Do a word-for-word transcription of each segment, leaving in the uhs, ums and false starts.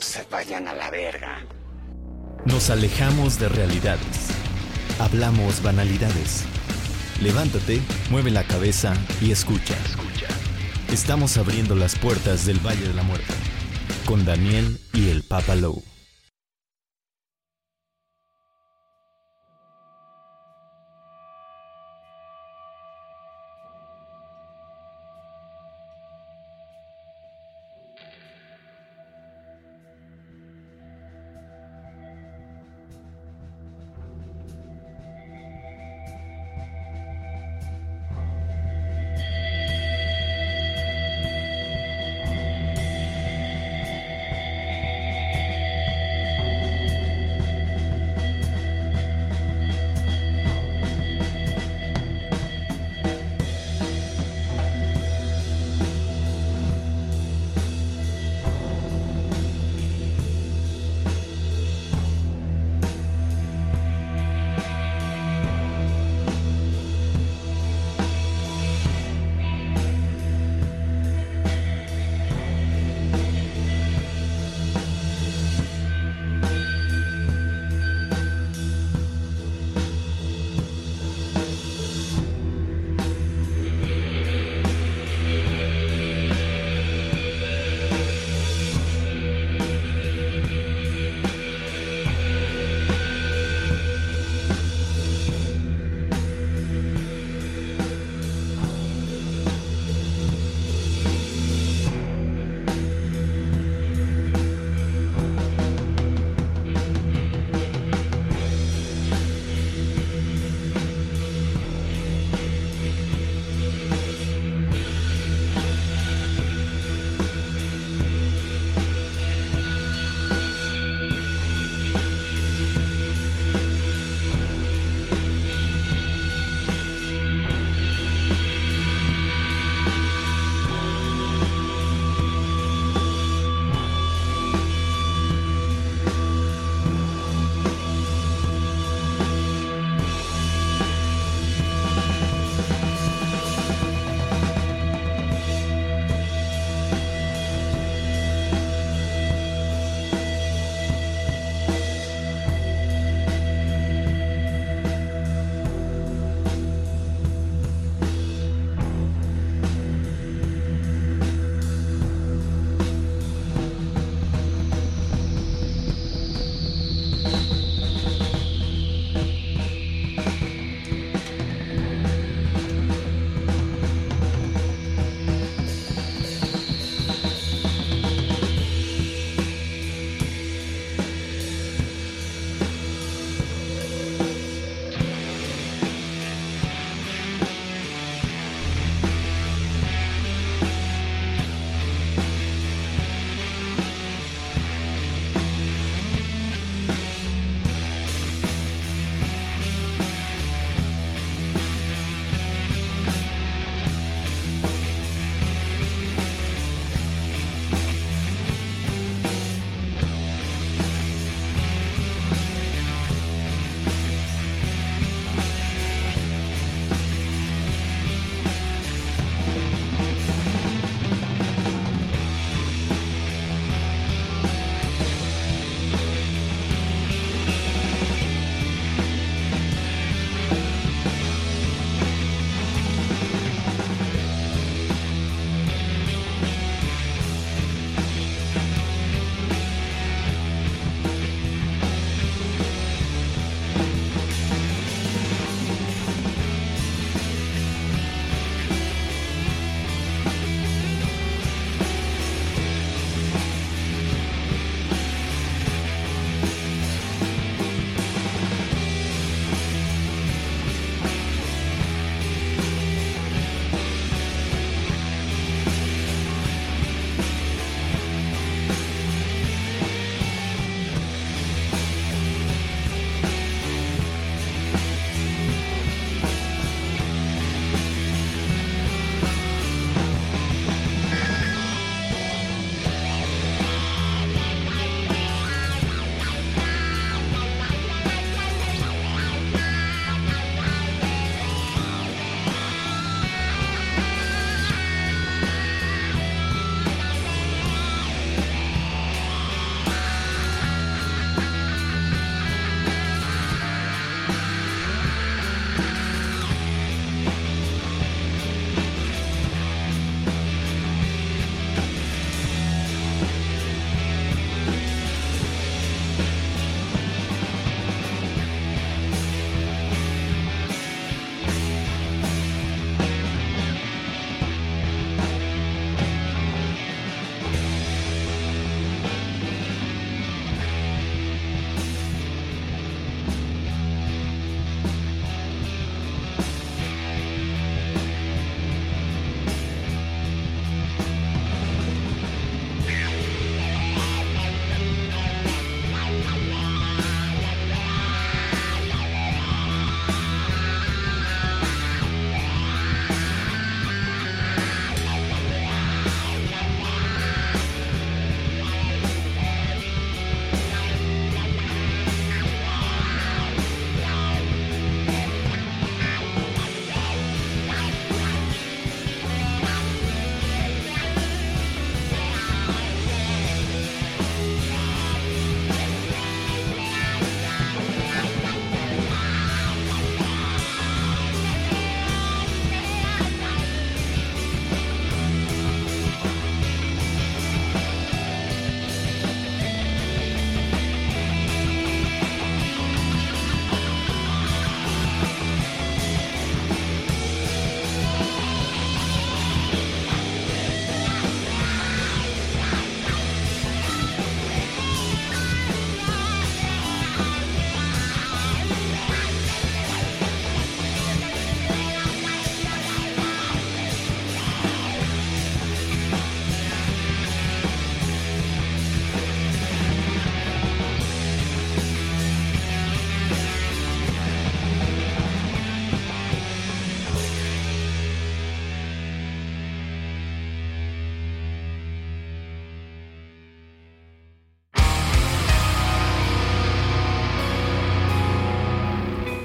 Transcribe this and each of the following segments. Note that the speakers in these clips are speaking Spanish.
Se vayan a la verga. Nos alejamos de realidades. Hablamos banalidades. Levántate, mueve la cabeza y escucha. Escucha. Estamos abriendo las puertas del Valle de la Muerte con Daniel y el Papa Lowe.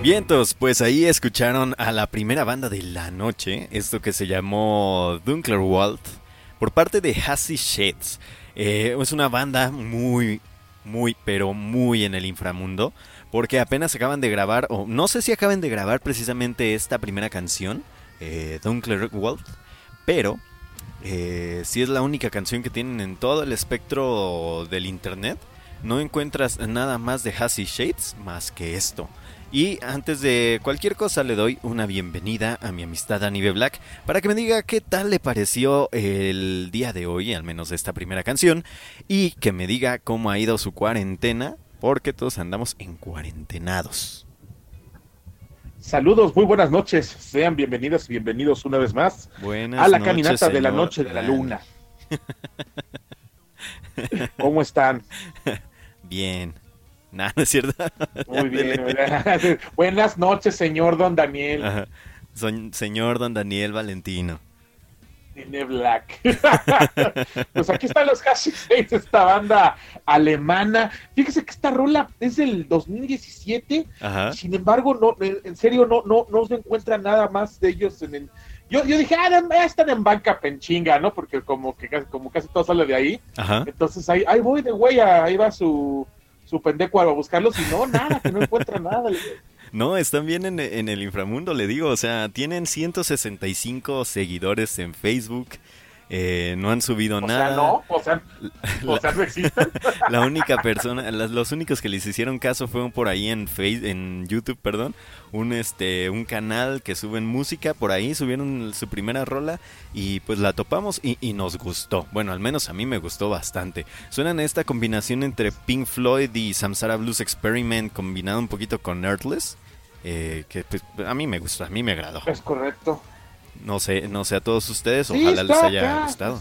Vientos, pues ahí escucharon a la primera banda de la noche, esto que se llamó Dunkelwald, por parte de Hazy Shades. Eh, es una banda muy, muy, pero muy en el inframundo, porque apenas acaban de grabar, o no sé si acaban de grabar precisamente esta primera canción, eh, Dunkelwald, pero eh, si es la única canción que tienen en todo el espectro del internet. No encuentras nada más de Hazy Shades más que esto. Y antes de cualquier cosa le doy una bienvenida a mi amistad Anibe Black para que me diga qué tal le pareció el día de hoy, al menos esta primera canción, y que me diga cómo ha ido su cuarentena, porque todos andamos en cuarentenados. Saludos, muy buenas noches, sean bienvenidas y bienvenidos una vez más buenas a la noches, caminata señor. de la noche de la luna. ¿Cómo están? Bien. Nada, ¿no es cierto? Muy bien. Buenas noches, señor Don Daniel. Ajá. Son, señor Don Daniel Valentino. Anibe Black. Pues aquí están los Hazy Shades, esta banda alemana. Fíjese que esta rola es del dos mil diecisiete. Ajá. Sin embargo, no, en serio, no, no, no se encuentra nada más de ellos en el. Yo, yo dije, ah, están en banca penchinga, ¿no? Porque como que como casi todo sale de ahí. Ajá. Entonces ahí, ahí voy de güey, ahí va su, su pendejo a buscarlos y no, nada, que no encuentra nada. No, están bien en, en el inframundo, le digo. O sea, tienen ciento sesenta y cinco seguidores en Facebook. Eh, no han subido o nada. Sea, no, o sea, la, o sea, no existen. La única persona, las, los únicos que les hicieron caso fueron por ahí en face, en YouTube, perdón, un este, un canal que suben música, por ahí subieron su primera rola y pues la topamos y, y nos gustó. Bueno, al menos a mí me gustó bastante. Suenan esta combinación entre Pink Floyd y Samsara Blues Experiment combinado un poquito con Earthless, eh, que pues, a mí me gustó, a mí me agradó. Es correcto. No sé, no sé a todos ustedes, sí, ojalá les haya acá. gustado.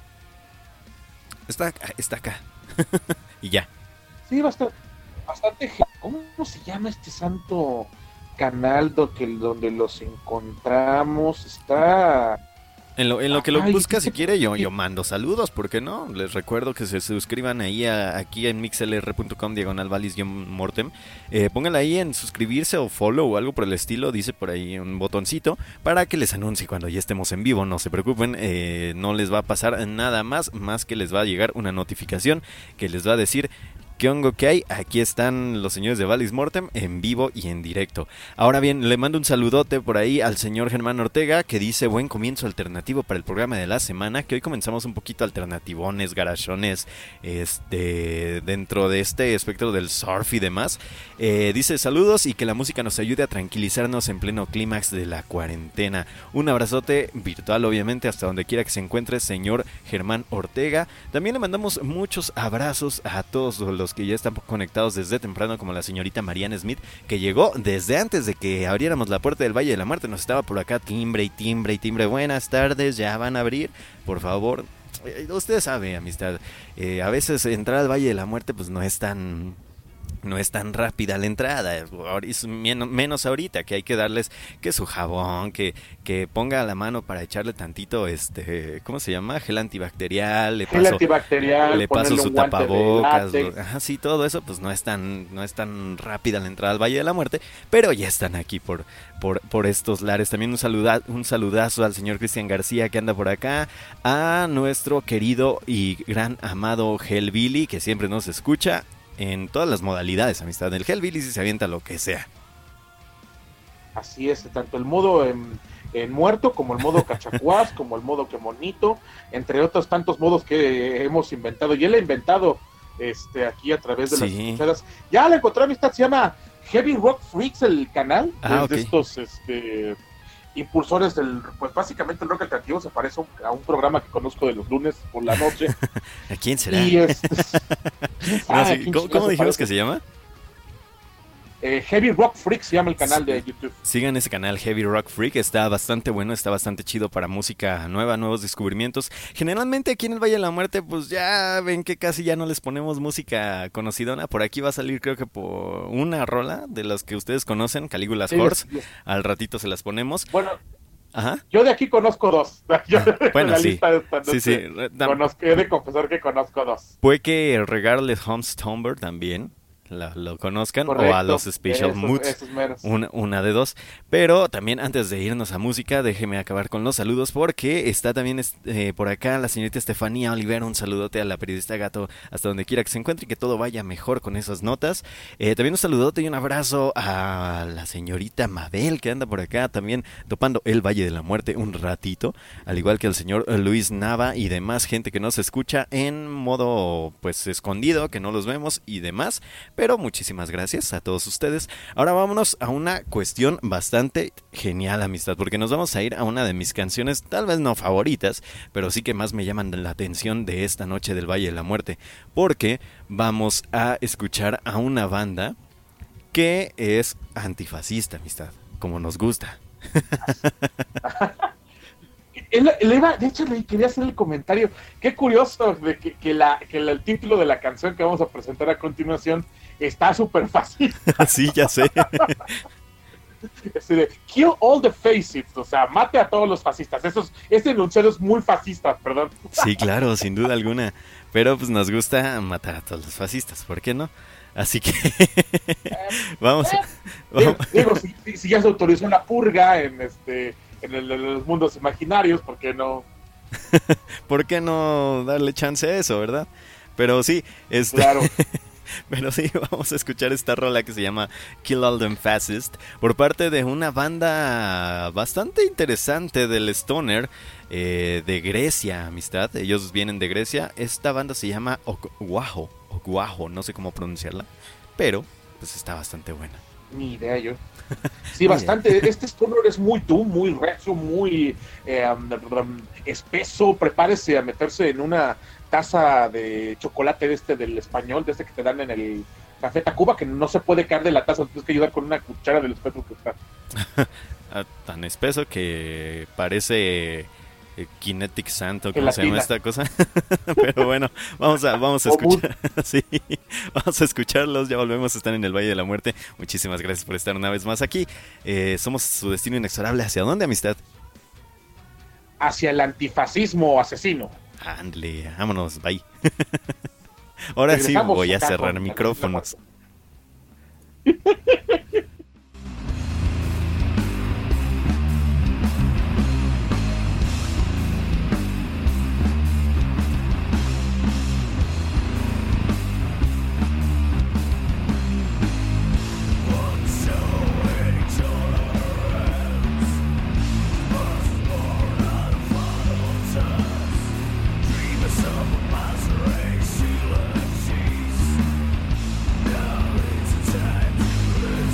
Está acá, está acá. Y ya. Sí, bastante, bastante. ¿Cómo se llama este santo canal do que, donde los encontramos? Está. En lo, en lo que lo Ay, busca, sí, si quiere, yo, yo mando saludos, ¿por qué no? Les recuerdo que se suscriban ahí a, aquí en mixlr punto com diagonal valis-mortem. Eh, pónganle ahí en suscribirse o follow o algo por el estilo, dice por ahí un botoncito, para que les anuncie cuando ya estemos en vivo, no se preocupen, eh, no les va a pasar nada más, más que les va a llegar una notificación que les va a decir... ¿Qué hongo que hay? Aquí están los señores de Valis Mortem en vivo y en directo. Ahora bien, le mando un saludote por ahí al señor Germán Ortega, que dice buen comienzo alternativo para el programa de la semana, que hoy comenzamos un poquito alternativones, garachones, este, dentro de este espectro del surf y demás. Eh, dice saludos y que la música nos ayude a tranquilizarnos en pleno clímax de la cuarentena. Un abrazote virtual, obviamente, hasta donde quiera que se encuentre, señor Germán Ortega. También le mandamos muchos abrazos a todos los que ya están conectados desde temprano, como la señorita Mariana Smith, que llegó desde antes de que abriéramos la puerta del Valle de la Muerte. Nos estaba por acá timbre y timbre y timbre. Buenas tardes, ya van a abrir, por favor. Eh, usted sabe, amistad, eh, a veces entrar al Valle de la Muerte pues no es tan... no es tan rápida la entrada, es menos ahorita, que hay que darles que su jabón, que, que ponga la mano para echarle tantito, este, ¿cómo se llama? Gel antibacterial, le Gel paso, antibacterial, le paso su tapabocas, lo, ajá, sí, todo eso, pues no es tan, no es tan rápida la entrada al Valle de la Muerte, pero ya están aquí por, por, por estos lares. También un saluda, un saludazo al señor Cristian García que anda por acá, a nuestro querido y gran amado Hellbilly, que siempre nos escucha en todas las modalidades, amistad. El Hellbilly sí se avienta lo que sea. Así es, tanto el modo en, en muerto, como el modo cachacuás, como el modo que monito, entre otros tantos modos que hemos inventado. Y él ha inventado este aquí a través de sí. las escuchadas. Ya la encontré, amistad, se llama Heavy Rock Freaks, el canal. Ah, es okay. De estos este impulsores del, pues básicamente el rock alternativo se parece a un programa que conozco de los lunes por la noche. ¿A quién será? Y este, no, sí. ¿Cómo, ¿cómo dijimos que se llama? Eh, Heavy Rock Freak se llama el canal sí. de YouTube. Sigan ese canal, Heavy Rock Freak, está bastante bueno, está bastante chido para música nueva, nuevos descubrimientos. Generalmente aquí en el Valle de la Muerte, pues ya ven que casi ya no les ponemos música conocidona. Por aquí va a salir creo que por una rola de las que ustedes conocen, Calígula's sí, Horse, sí. Al ratito se las ponemos. Bueno, ajá. Yo de aquí conozco dos. Yo ah, bueno, la sí. Lista de esta sí, sí. Conozco, he de confesar que conozco dos. Puede que Regardless Home's Tomber también. la, lo conozcan, Correcto, o a los Special esos, Moods, esos meros. una, una de dos. Pero también antes de irnos a música, déjeme acabar con los saludos porque está también eh, por acá la señorita Estefanía Olivera, un saludote a la periodista Gato hasta donde quiera que se encuentre y que todo vaya mejor con esas notas. Eh, también un saludote y un abrazo a la señorita Mabel que anda por acá también topando el Valle de la Muerte un ratito, al igual que el señor Luis Nava y demás gente que nos escucha en modo pues escondido, que no los vemos y demás, pero muchísimas gracias a todos ustedes. Ahora vámonos a una cuestión bastante genial, amistad, porque nos vamos a ir a una de mis canciones, tal vez no favoritas, pero sí que más me llaman la atención de esta noche del Valle de la Muerte, porque vamos a escuchar a una banda que es antifascista, amistad, como nos gusta. Él, él iba, de hecho, le quería hacer el comentario. Qué curioso de que, que, la, que el título de la canción que vamos a presentar a continuación está súper fácil. Sí, ya sé. Es de, kill all the fascists, o sea, mate a todos los fascistas. Eso es, este enunciado es muy fascista, perdón. Sí, claro, sin duda alguna. Pero pues nos gusta matar a todos los fascistas, ¿por qué no? Así que vamos, eh, vamos. Digo, si, si ya se autorizó una purga en este en, el, en los mundos imaginarios, ¿por qué no? ¿Por qué no darle chance a eso, verdad? Pero sí, este... Claro. Pero sí, vamos a escuchar esta rola que se llama Kill All Them Fascists por parte de una banda bastante interesante del stoner eh, de Grecia, amistad. Ellos vienen de Grecia. Esta banda se llama Ogwaho, Ogwaho, no sé cómo pronunciarla, pero pues está bastante buena. Ni idea yo. Sí, bastante. Este stoner es muy doom, muy recio, muy eh, um, espeso. Prepárese a meterse en una taza de chocolate de este del español, de este que te dan en el Café Tacuba, que no se puede caer de la taza, tienes que ayudar con una cuchara del espeso que está. Tan espeso que parece eh, Kinetic Sand, o ¿cómo se llama esta cosa? Pero bueno, vamos a, vamos a escuchar. Sí, vamos a escucharlos, ya volvemos, están en el Valle de la Muerte. Muchísimas gracias por estar una vez más aquí. Eh, somos su destino inexorable. ¿Hacia dónde, amistad? Hacia el antifascismo asesino. Ándale, vámonos, bye. Ahora regresamos, sí voy a cerrar con, micrófonos. Now it's time to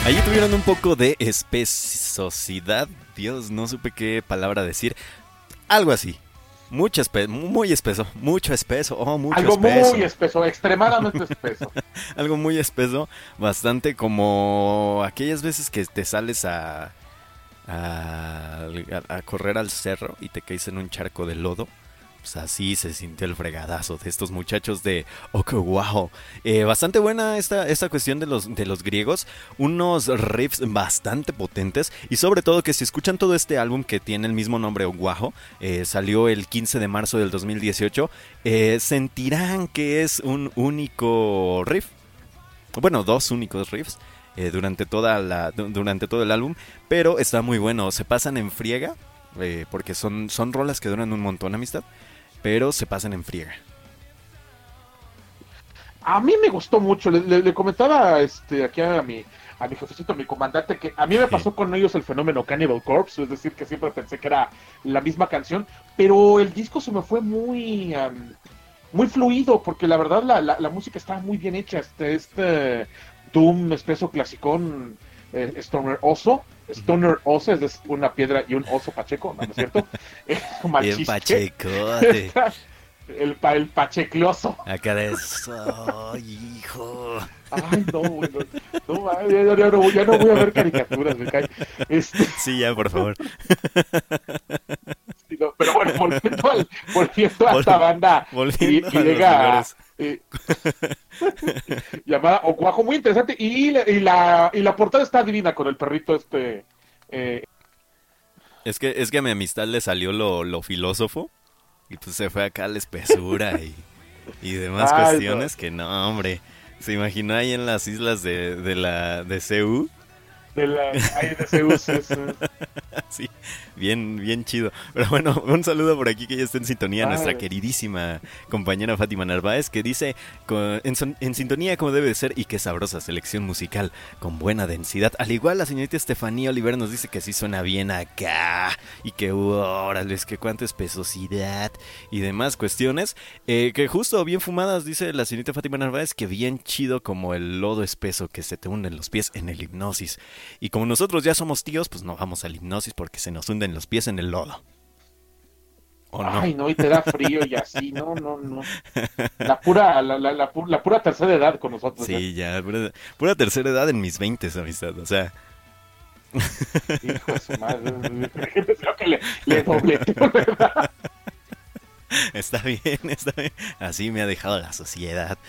Allí tuvieron un poco de espesosidad. Dios, no supe qué palabra decir. Algo así. Mucho espeso, muy espeso, mucho espeso, oh, mucho Algo espeso. muy espeso, extremadamente espeso. Algo muy espeso, bastante como aquellas veces que te sales a, a, a correr al cerro y te caes en un charco de lodo. Pues así se sintió el fregadazo de estos muchachos de Okuwaho. Eh, bastante buena esta, esta cuestión de los, de los griegos. Unos riffs bastante potentes. Y sobre todo que si escuchan todo este álbum que tiene el mismo nombre, Okuwaho, eh, salió el quince de marzo del dos mil dieciocho, eh, sentirán que es un único riff. Bueno, dos únicos riffs. Eh, durante, toda la, durante todo el álbum. Pero está muy bueno. Se pasan en friega. Eh, porque son, son rolas que duran un montón, amistad. Pero se pasan en friega. A mí me gustó mucho. Le, le, le comentaba este, aquí a mi, a mi jefecito, a mi comandante, que a mí me pasó con ellos el fenómeno Cannibal Corpse. Es decir, que siempre pensé que era la misma canción. Pero el disco se me fue muy... Um, muy fluido, porque la verdad la, la, la música estaba muy bien hecha. Este, este Doom espeso clasicón, eh, Stoner Oso. Stoner Oso es decir, una piedra y un oso pacheco, ¿no, ¿no es cierto? Bien pachecote. El, pa, el pachecloso. Acá de eso, hijo. Ay, no, no, no, ya, ya, no, ya no voy a ver caricaturas, me cae. Este... Sí, ya, por favor. Sí, no, pero bueno, volviendo, al, volviendo a esta banda volviendo y, y llega eh, llamada Okuwaho, muy interesante, y, y, la, y la portada está divina con el perrito este. Eh. Es que es que a mi amistad le salió lo, lo filósofo. Y pues se fue acá a la espesura y, y demás Ay, cuestiones no. que no, hombre. Se imaginó ahí en las islas de, de la de Seúl. De la ahí de Seúl, sí, sí. Sí, bien, bien chido. Pero bueno, un saludo por aquí que ya está en sintonía Ay. nuestra queridísima compañera Fátima Narváez, que dice en, son, en sintonía como debe de ser y qué sabrosa selección musical con buena densidad. Al igual la señorita Estefanía Oliver nos dice que sí suena bien acá y que órale, es que cuánta espesosidad y demás cuestiones. Eh, que justo bien fumadas, dice la señorita Fátima Narváez, que bien chido como el lodo espeso que se te hunde en los pies en el hipnosis. Y como nosotros ya somos tíos, pues no vamos al hipnosis porque se nos hunden los pies en el lodo. ¿O no? Ay, no, y te da frío y así, no, no, no. La pura, la, la, la, la pura tercera edad con nosotros. Sí, ¿eh? ya, pura, pura tercera edad en mis veintes, amistad, o sea. Hijo de su madre, creo que le, le dobleteo, ¿verdad? Está bien, está bien. Así me ha dejado la sociedad.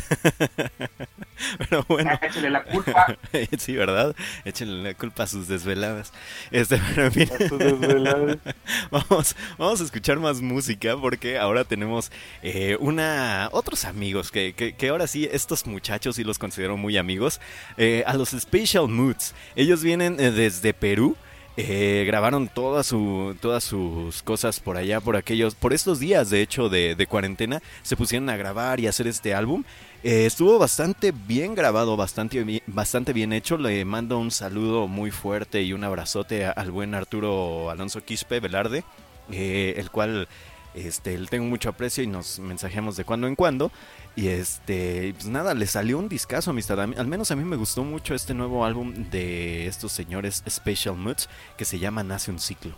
Pero bueno. Échale la culpa. Sí, ¿verdad? Échale la culpa a sus desveladas. Este, pero en fin. A sus desveladas. Vamos, vamos a escuchar más música porque ahora tenemos eh, una otros amigos que, que, que ahora sí, estos muchachos sí los considero muy amigos. Eh, a los Special Moods. Ellos vienen eh, desde Perú. Eh, grabaron toda su, todas sus cosas por allá, por aquellos, por estos días de hecho de, de cuarentena, se pusieron a grabar y hacer este álbum. Eh, estuvo bastante bien grabado, bastante bien, bastante bien hecho. Le mando un saludo muy fuerte y un abrazote a, al buen Arturo Alonso Quispe Velarde, eh, el cual este, le tengo mucho aprecio y nos mensajeamos de cuando en cuando. Y este, pues nada, le salió un discazo, amistad. Al menos a mí me gustó mucho este nuevo álbum de estos señores Special Moods, que se llama Nace un Ciclo.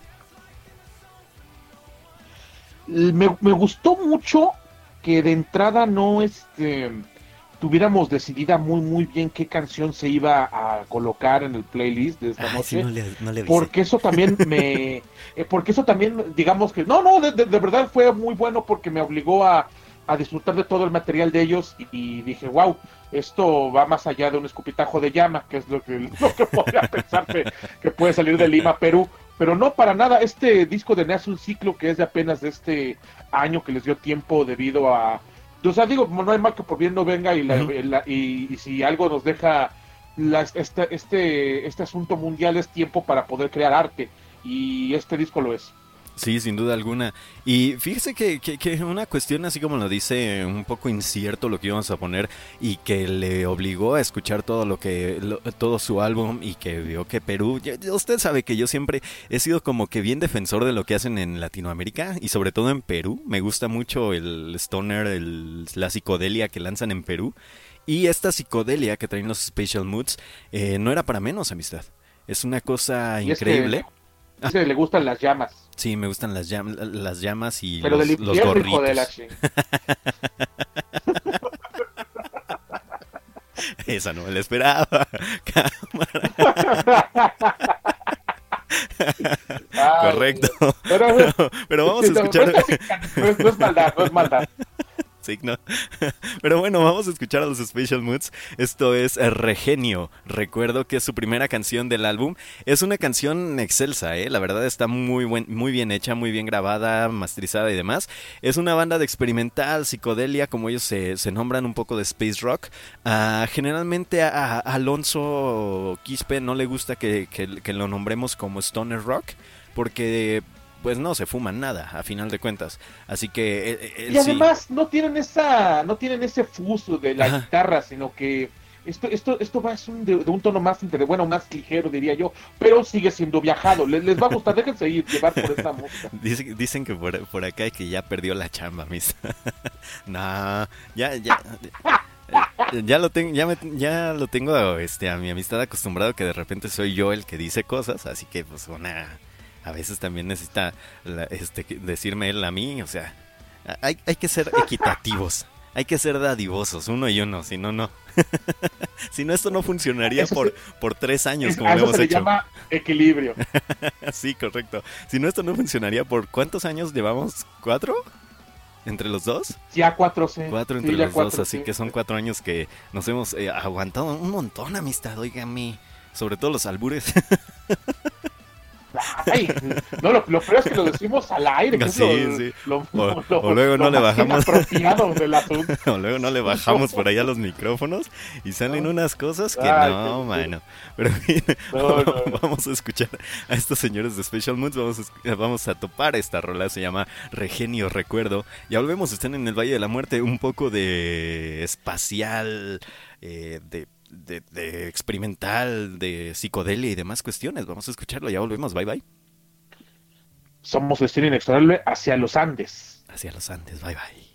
Me, me gustó mucho que de entrada no este tuviéramos decidida muy muy bien qué canción se iba a colocar en el playlist de esta Ay, noche. Sí, no le, no le porque eso también me eh, porque eso también digamos que no no de, de, de verdad fue muy bueno porque me obligó a a disfrutar de todo el material de ellos y, y dije, wow, esto va más allá de un escupitajo de llama, que es lo que, lo que podría pensar que, que puede salir de Lima, Perú, pero no para nada. Este disco de Nace un Ciclo, que es de apenas de este año, que les dio tiempo debido a, o sea, digo, no hay mal que por bien no venga y, la, uh-huh. la, y, y si algo nos deja la, este, este, este asunto mundial es tiempo para poder crear arte, y este disco lo es. Sí, sin duda alguna. Y fíjese que, que, que una cuestión así como lo dice, un poco incierto lo que íbamos a poner y que le obligó a escuchar todo lo que lo, todo su álbum y que vio que Perú, ya, usted sabe que yo siempre he sido como que bien defensor de lo que hacen en Latinoamérica y sobre todo en Perú. Me gusta mucho el stoner, el, la psicodelia que lanzan en Perú. Y esta psicodelia que traen los Special Moods eh, no era para menos, amistad. Es una cosa Y increíble. Es que, es que le gustan las llamas. Sí, me gustan las, llam- las llamas y Pero los, del los infierno, gorritos. hijo de la ching. Esa no me la esperaba. Ay, Correcto. Pero, Pero, pero vamos a no, escuchar. No, es, no es- no es maldad, no es maldad. Sí, no. Pero bueno, vamos a escuchar a los Special Moods. Esto es eh, Regenio. Recuerdo que es su primera canción del álbum. Es una canción excelsa, ¿eh? La verdad está muy, buen, muy bien hecha, muy bien grabada, masterizada y demás. Es una banda de experimental, psicodelia, como ellos se, se nombran, un poco de space rock. Uh, generalmente a, a Alonso Quispe no le gusta que, que, que lo nombremos como stoner rock, porque pues no se fuman nada, a final de cuentas. Así que él, él Y además sí. no tienen esa, no tienen ese fuso de la Ajá. guitarra, sino que esto, esto, esto va es un, de, de un tono más inter, bueno, más ligero, diría yo, pero sigue siendo viajado. Les, les va a gustar, déjense ir, llevar por esta música. Dicen, dicen que por, por acá hay que ya perdió la chamba, mis. No, ya, ya. Ya lo tengo, ya, me, ya lo tengo este, a mi amistad acostumbrado, que de repente soy yo el que dice cosas, así que pues una, a veces también necesita la, este, decirme él a mí, o sea, hay, hay que ser equitativos, hay que ser dadivosos, uno y uno, si no, no. Si no, esto no funcionaría Eso por, se, por tres años, es, como a lo eso hemos se le hecho. llama equilibrio. Sí, correcto. Si no, esto no funcionaría por ¿cuántos años llevamos? ¿Cuatro? ¿Entre los dos? Ya cuatro C. Cuatro entre sí, los cuatro, dos, así sí. que son cuatro años que nos hemos eh, aguantado un montón, amistad, óigame. Sobre todo los albures. Ay, no, lo, lo peor es que lo decimos al aire, que Sí, es lo, sí. lo, O, lo, o luego lo no le más bajamos. inapropiado del asunto. O luego no le bajamos por allá los micrófonos y salen unas cosas que Ay, no, qué mano. Pero bien, No, no, no. vamos a escuchar a estos señores de Special Moods. Vamos a, vamos a topar esta rola, se llama Regenio Recuerdo. Ya volvemos, están en el Valle de la Muerte, un poco de espacial, eh, de, de, de experimental, de psicodelia y demás cuestiones. Vamos a escucharlo, ya volvemos, bye bye. Somos destino inexorable hacia los Andes. Hacia los Andes, bye bye.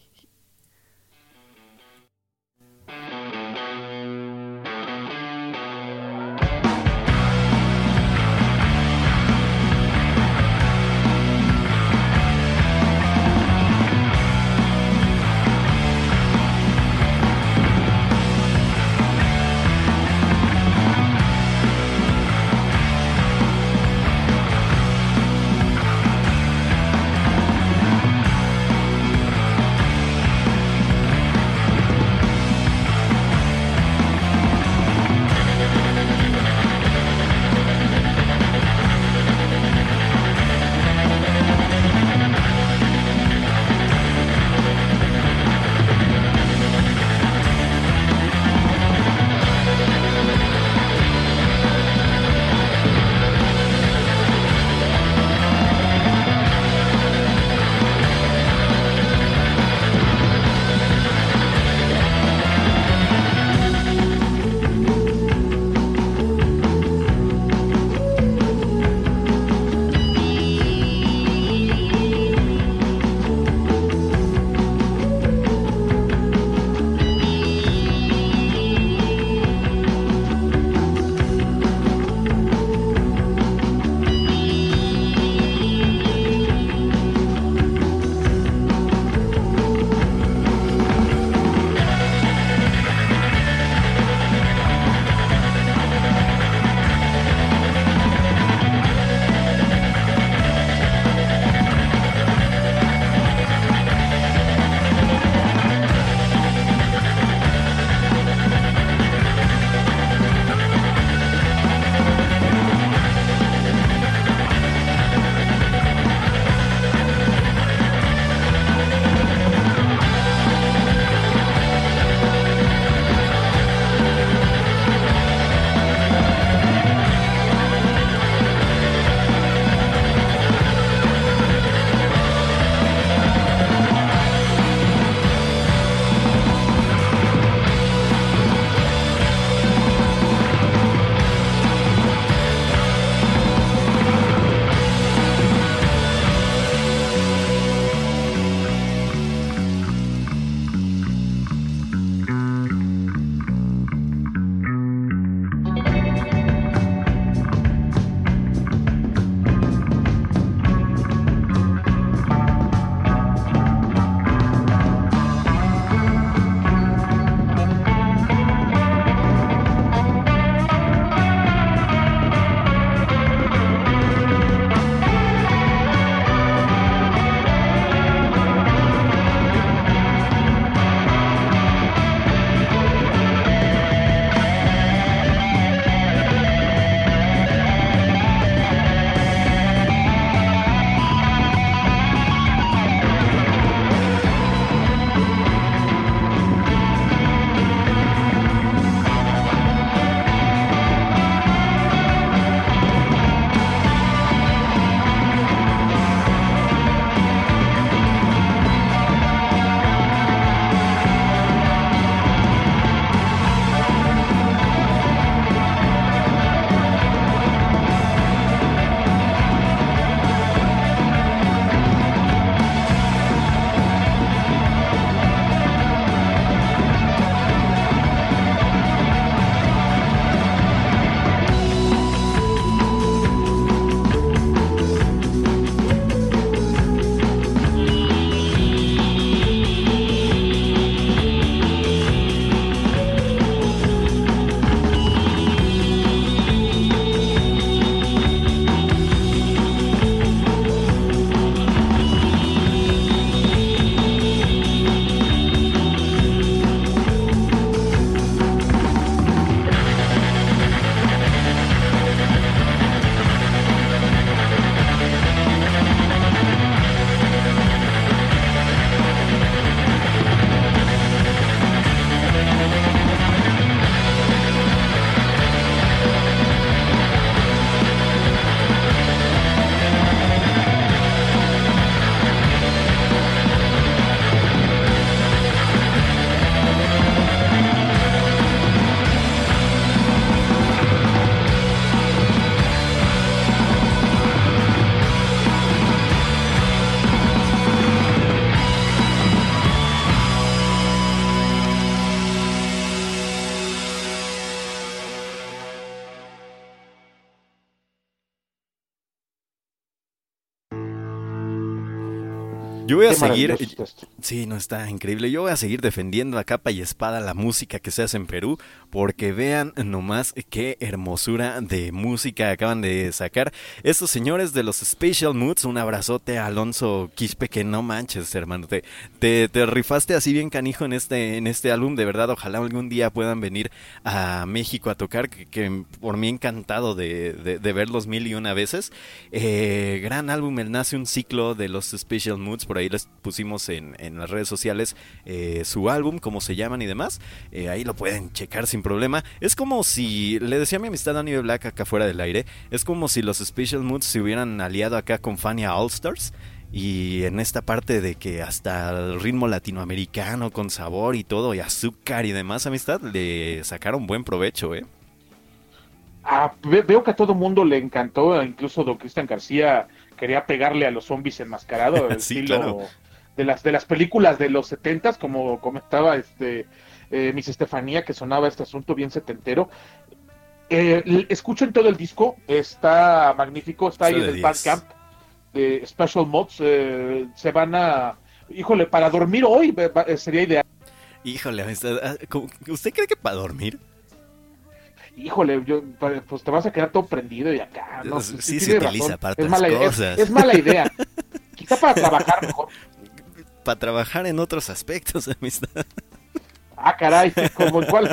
Yo voy a Qué seguir, maravilloso es esto. sí, no está increíble. Yo voy a seguir defendiendo a capa y espada la música que se hace en Perú, porque vean nomás qué hermosura de música acaban de sacar estos señores de los Special Moods. Un abrazote a Alonso Quispe, que no manches, hermano, te, te, te rifaste así bien canijo en este, en este álbum, de verdad. Ojalá algún día puedan venir a México a tocar, que, que por mí encantado de, de, de verlos mil y una veces. Eh, gran álbum, el Nace un Ciclo de los Special Moods. Por ahí les pusimos en, en las redes sociales eh, su álbum, cómo se llaman y demás. Eh, ahí lo pueden checar sin problema. Es como si, le decía a mi amistad Dani de Black acá fuera del aire, es como si los Special Moods se hubieran aliado acá con Fania All Stars. Y en esta parte de que hasta el ritmo latinoamericano con sabor y todo, y azúcar y demás, amistad, le sacaron buen provecho, ¿eh? Ah, ve- veo que a todo mundo le encantó, incluso don Cristian García quería pegarle a los zombies enmascarados, el Sí, estilo claro. de las de las películas de los setentas, como comentaba este eh, Miss Estefanía, que sonaba este asunto bien setentero. Eh, l- escuchen todo el disco, está magnífico, está ahí Está en de el diez. Bandcamp de Special Mods, eh, se van a, híjole, para dormir hoy va- va- sería ideal. Híjole, amistad, ah, ¿cómo- ¿usted cree que para dormir? Híjole, yo, pa- pues te vas a quedar todo prendido y acá, no, sí, sí Sí se tienes utiliza razón, para es otras mala, es, cosas. es mala idea, quizá para trabajar mejor. Para trabajar en otros aspectos, amistad. Ah, caray, como igual.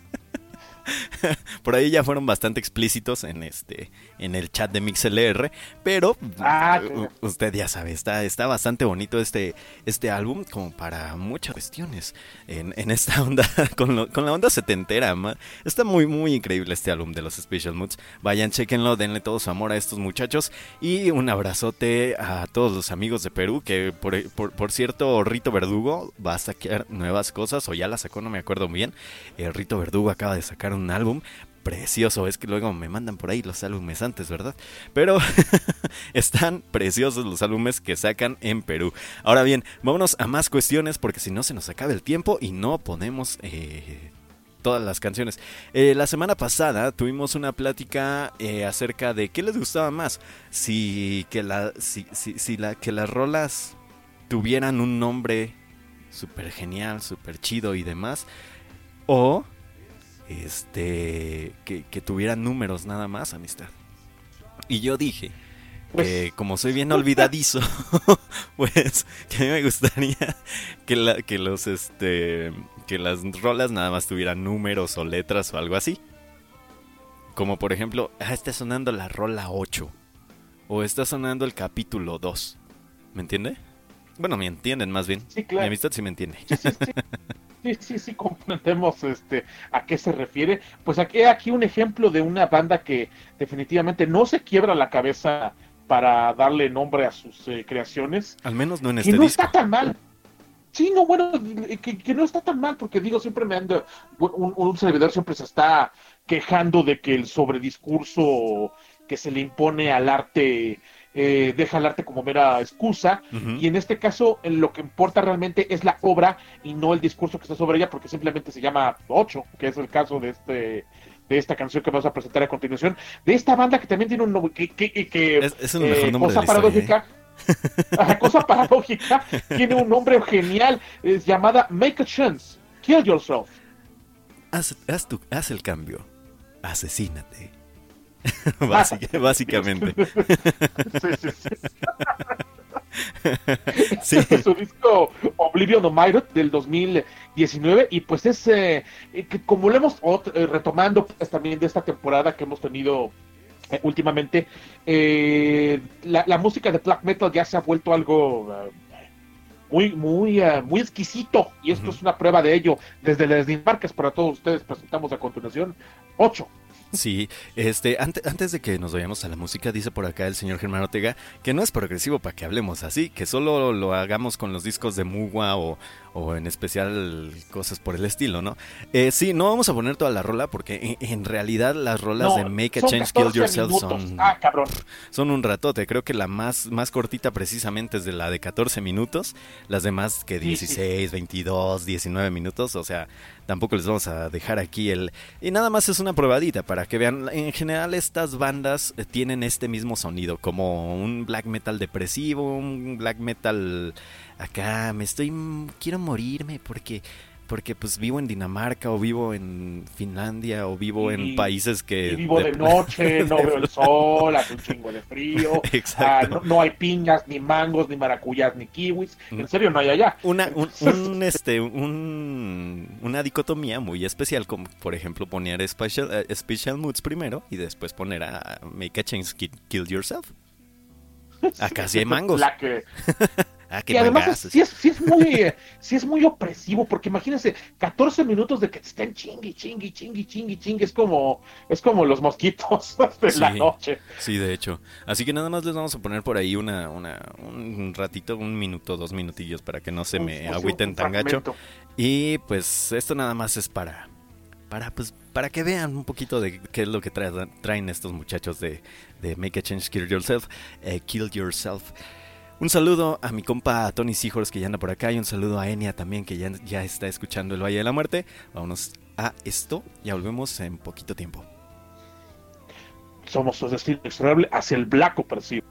Por ahí ya fueron bastante explícitos en este en el chat de MixLR, pero Ah, u- usted ya sabe, está, está bastante bonito este, este álbum como para muchas cuestiones en, en esta onda, con, lo- con la onda setentera, ma. Está muy muy increíble este álbum de los Special Moods. Vayan, chequenlo, denle todo su amor a estos muchachos y un abrazote a todos los amigos de Perú, que por, por, por cierto, Rito Verdugo va a sacar nuevas cosas, o ya la sacó, no me acuerdo bien. El Rito Verdugo acaba de sacar un álbum precioso, es que luego me mandan por ahí los álbumes antes, ¿verdad? Pero están preciosos los álbumes que sacan en Perú. Ahora bien, vámonos a más cuestiones, porque si no se nos acaba el tiempo y no ponemos eh, todas las canciones. Eh, la semana pasada tuvimos una plática eh, acerca de qué les gustaba más, si que la, si, si, si la, que las rolas tuvieran un nombre súper genial, súper chido y demás, o este que, que tuvieran números nada más, amistad. Y yo dije Pues, que como soy bien olvidadizo, pues que a mí me gustaría que, la, que los este que las rolas nada más tuvieran números o letras o algo así. Como por ejemplo, ah, está sonando la rola ocho o está sonando el capítulo dos. ¿Me entiende? Bueno, me entienden más bien. sí, claro. Mi amistad sí me entiende. Sí, sí, sí. Sí, sí, sí, comprendemos este, a qué se refiere. Pues aquí, aquí un ejemplo de una banda que definitivamente no se quiebra la cabeza para darle nombre a sus eh, creaciones. Al menos no en Que este no disco. está tan mal. Sí, no, bueno, que, que no está tan mal, porque digo, siempre me ando, un, un servidor siempre se está quejando de que el sobrediscurso que se le impone al arte eh, deja al arte como mera excusa, Uh-huh. y en este caso en lo que importa realmente es la obra y no el discurso que está sobre ella, porque simplemente se llama Ocho, que es el caso de este de esta canción que vamos a presentar a continuación, de esta banda que también tiene un nombre, que, que, que, que Es, es el mejor eh, nombre cosa de la historia, paradójica, ¿eh? Ajá, cosa paradójica, tiene un nombre genial, es llamada Make a Chance, Kill Yourself. Haz, haz, tu, haz el cambio. Asesínate. Ah, Básica, básicamente. sí, sí, sí. Sí. Este es su disco Oblivion of Myriad del dos mil diecinueve, y pues es eh, que como lo hemos ot- eh, retomando pues, también de esta temporada que hemos tenido eh, últimamente, eh, la, la música de black metal ya se ha vuelto algo uh, muy muy uh, muy exquisito, y esto Uh-huh. es una prueba de ello. Desde las Marques para todos ustedes presentamos a continuación Ocho. Sí, este, ante, antes de que nos vayamos a la música, dice por acá el señor Germán Ortega que no es progresivo para que hablemos así, que solo lo hagamos con los discos de Muwa o, o en especial cosas por el estilo, ¿no? Eh, sí, no vamos a poner toda la rola porque en, en realidad las rolas No, de Make a son Change Kill catorce Yourself minutos. son, Ah, cabrón. son un ratote. Creo que la más, más cortita precisamente es de la de catorce minutos, las demás que Sí, sí. dieciséis, veintidós, diecinueve minutos, o sea, tampoco les vamos a dejar aquí el... Y nada más es una probadita para que vean. En general estas bandas tienen este mismo sonido, como un black metal depresivo, un black metal... Acá me estoy... Quiero morirme porque... Porque pues vivo en Dinamarca o vivo en Finlandia o vivo y, en países que... Y vivo de, de noche, no veo el sol, hace un chingo de frío. Exacto. Uh, no, no hay piñas, ni mangos, ni maracuyas, ni kiwis. En serio, no hay allá. Una, un, un, este, un, una dicotomía muy especial, como por ejemplo poner Special, uh, Special Moods primero y después poner a Make a Change, Kill Yourself. Acá sí hay mangos. La que... Ah, qué y además es, sí, es, sí, es muy, sí es muy opresivo, porque imagínense, catorce minutos de que te estén chingui, chingui, chingui, chingui, chingui, es como, es como los mosquitos de sí, la noche. Sí, de hecho. Así que nada más les vamos a poner por ahí una, una, un ratito, un minuto, dos minutillos para que no se me agüiten tan gacho. Y pues esto nada más es para, para, pues, para que vean un poquito de qué es lo que traen, traen estos muchachos de, de Make a Change, Kill Yourself, eh, Kill Yourself. Un saludo a mi compa Tony Seahorse que ya anda por acá y un saludo a Enya también que ya, ya está escuchando El Valle de la Muerte. Vámonos a esto, ya volvemos en poquito tiempo. Somos su destino inexorable hacia el black opresivo.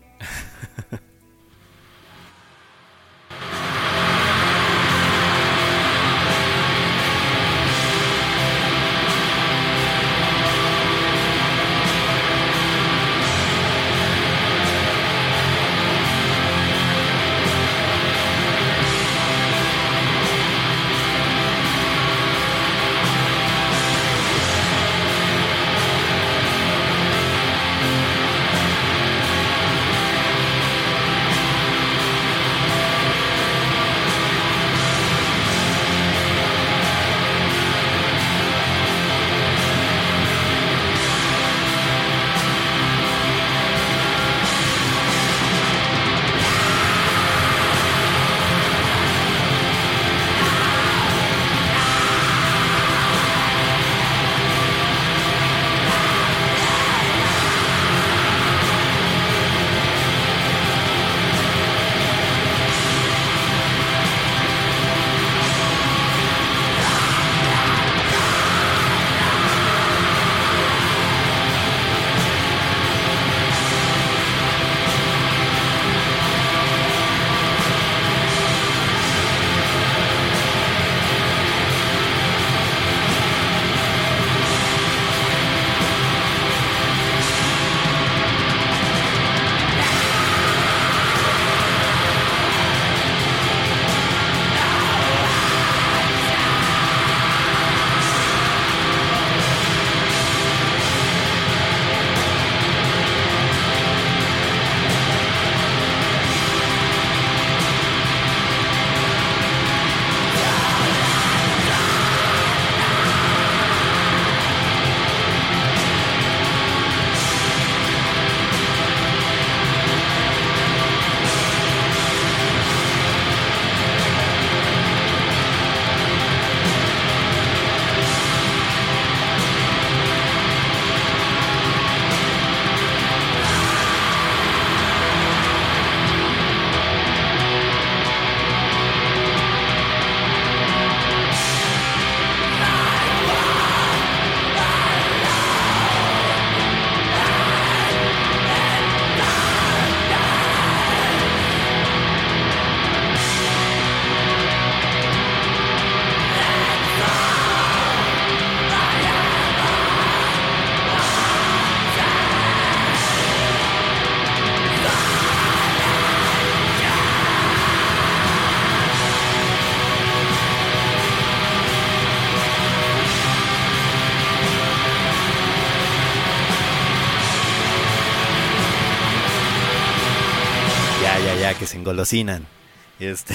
Que se engolosinan. Este.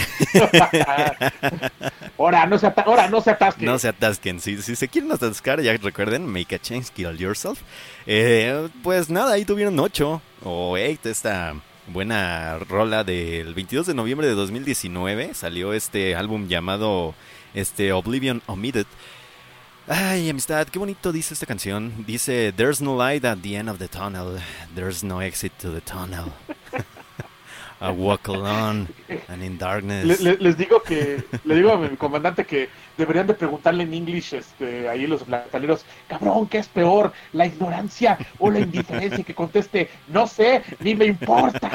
Ahora no se ata- ahora no se atasquen. No se atasquen. Si, si se quieren atascar, ya recuerden, Make a Change, Kill Yourself. Eh, pues nada, ahí tuvieron ocho o eight, esta buena rola del veintidós de noviembre de dos mil diecinueve. Salió este álbum llamado este Oblivion Omitted. Ay, amistad, qué bonito dice esta canción. Dice, there's no light at the end of the tunnel. There's no exit to the tunnel. A Walk Alone and in Darkness. Le, le, les digo que, le digo a mi comandante que deberían de preguntarle en English, este, ahí los metaleros, cabrón, ¿qué es peor? ¿La ignorancia o la indiferencia? Que conteste, no sé, ni me importa.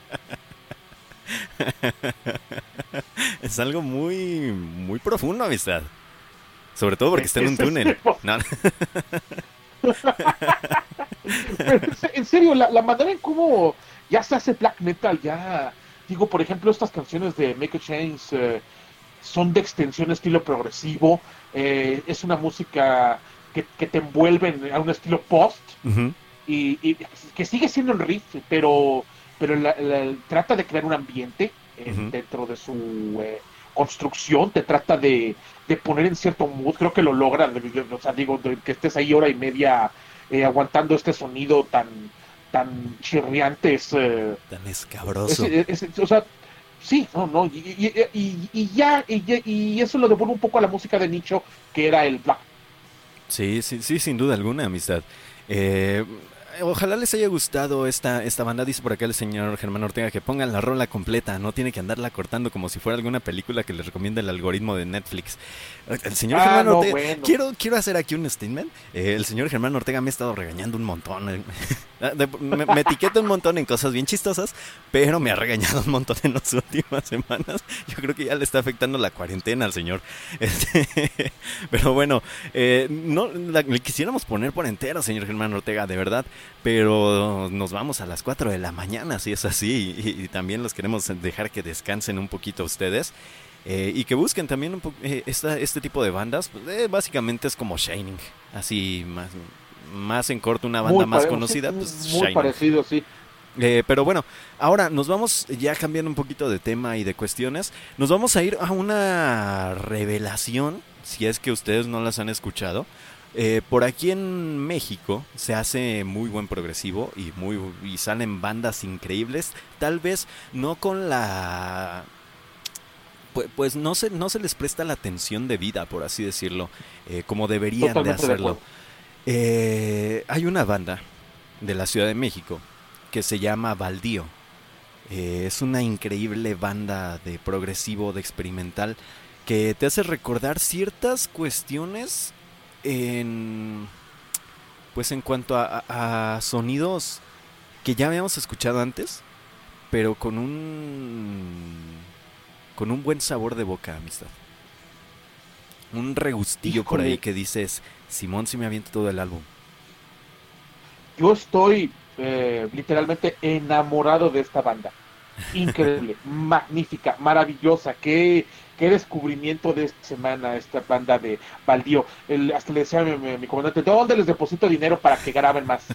Es algo muy, muy profundo, amistad. Sobre todo porque está en un túnel. No. Pero, en serio, la, la manera en cómo ya se hace black metal, ya digo, por ejemplo, estas canciones de Make a Change eh, son de extensión estilo progresivo, eh, es una música que, que te envuelve a un estilo post, uh-huh. y, y que sigue siendo el riff, pero, pero la, la, trata de crear un ambiente eh, uh-huh. dentro de su eh, construcción, te trata de, de poner en cierto mood, creo que lo logra, de, de, o sea, digo, de, que estés ahí hora y media eh, aguantando este sonido tan tan chirriante, es eh, tan escabroso. Es, es, es, o sea, sí, no, no, y, y, y, y ya, y, y eso lo devuelve un poco a la música de nicho que era el black. Sí, sí, sí, sin duda alguna, amistad. Eh, ojalá les haya gustado esta, esta banda. Dice por acá el señor Germán Ortega que pongan la rola completa, no tiene que andarla cortando como si fuera alguna película que les recomienda el algoritmo de Netflix. El señor ah, Germán no, Ortega, bueno. quiero, quiero hacer aquí un statement. Eh, el señor Germán Ortega me ha estado regañando un montón. Eh. De, me, me etiqueta un montón en cosas bien chistosas, pero me ha regañado un montón en las últimas semanas. Yo creo que ya le está afectando la cuarentena al señor. Este, pero bueno, eh, no la, le quisiéramos poner por entero, señor Germán Ortega, de verdad. Pero nos vamos a las cuatro de la mañana, si es así. Y, y también los queremos dejar que descansen un poquito ustedes. Eh, y que busquen también un po- eh, esta, este tipo de bandas. Pues, eh, básicamente es como Shining. Así más... más en corto, una banda muy más pare- conocida, sí, pues muy Shining. Parecido, sí. Eh, pero bueno, ahora nos vamos ya cambiando un poquito de tema y de cuestiones. Nos vamos a ir a una revelación, si es que ustedes no las han escuchado. Eh, por aquí en México se hace muy buen progresivo y muy y salen bandas increíbles. Tal vez no con la... Pues, pues no se no se les presta la atención debida, por así decirlo, eh, como deberían Totalmente de hacerlo. De eh, hay una banda de la Ciudad de México que se llama Baldío. Eh, es una increíble banda de progresivo, de experimental, que te hace recordar ciertas cuestiones en, pues en cuanto a, a, a sonidos que ya habíamos escuchado antes, pero con un con un buen sabor de boca, amistad. Un regustillo Híjole. Por ahí que dices, Simón, si me aviento todo el álbum. Yo estoy eh, literalmente enamorado de esta banda. Increíble, magnífica, maravillosa. Qué, qué descubrimiento de esta semana esta banda de Baldío. El, hasta le decía a mi, mi, mi comandante, ¿dónde les deposito dinero para que graben más?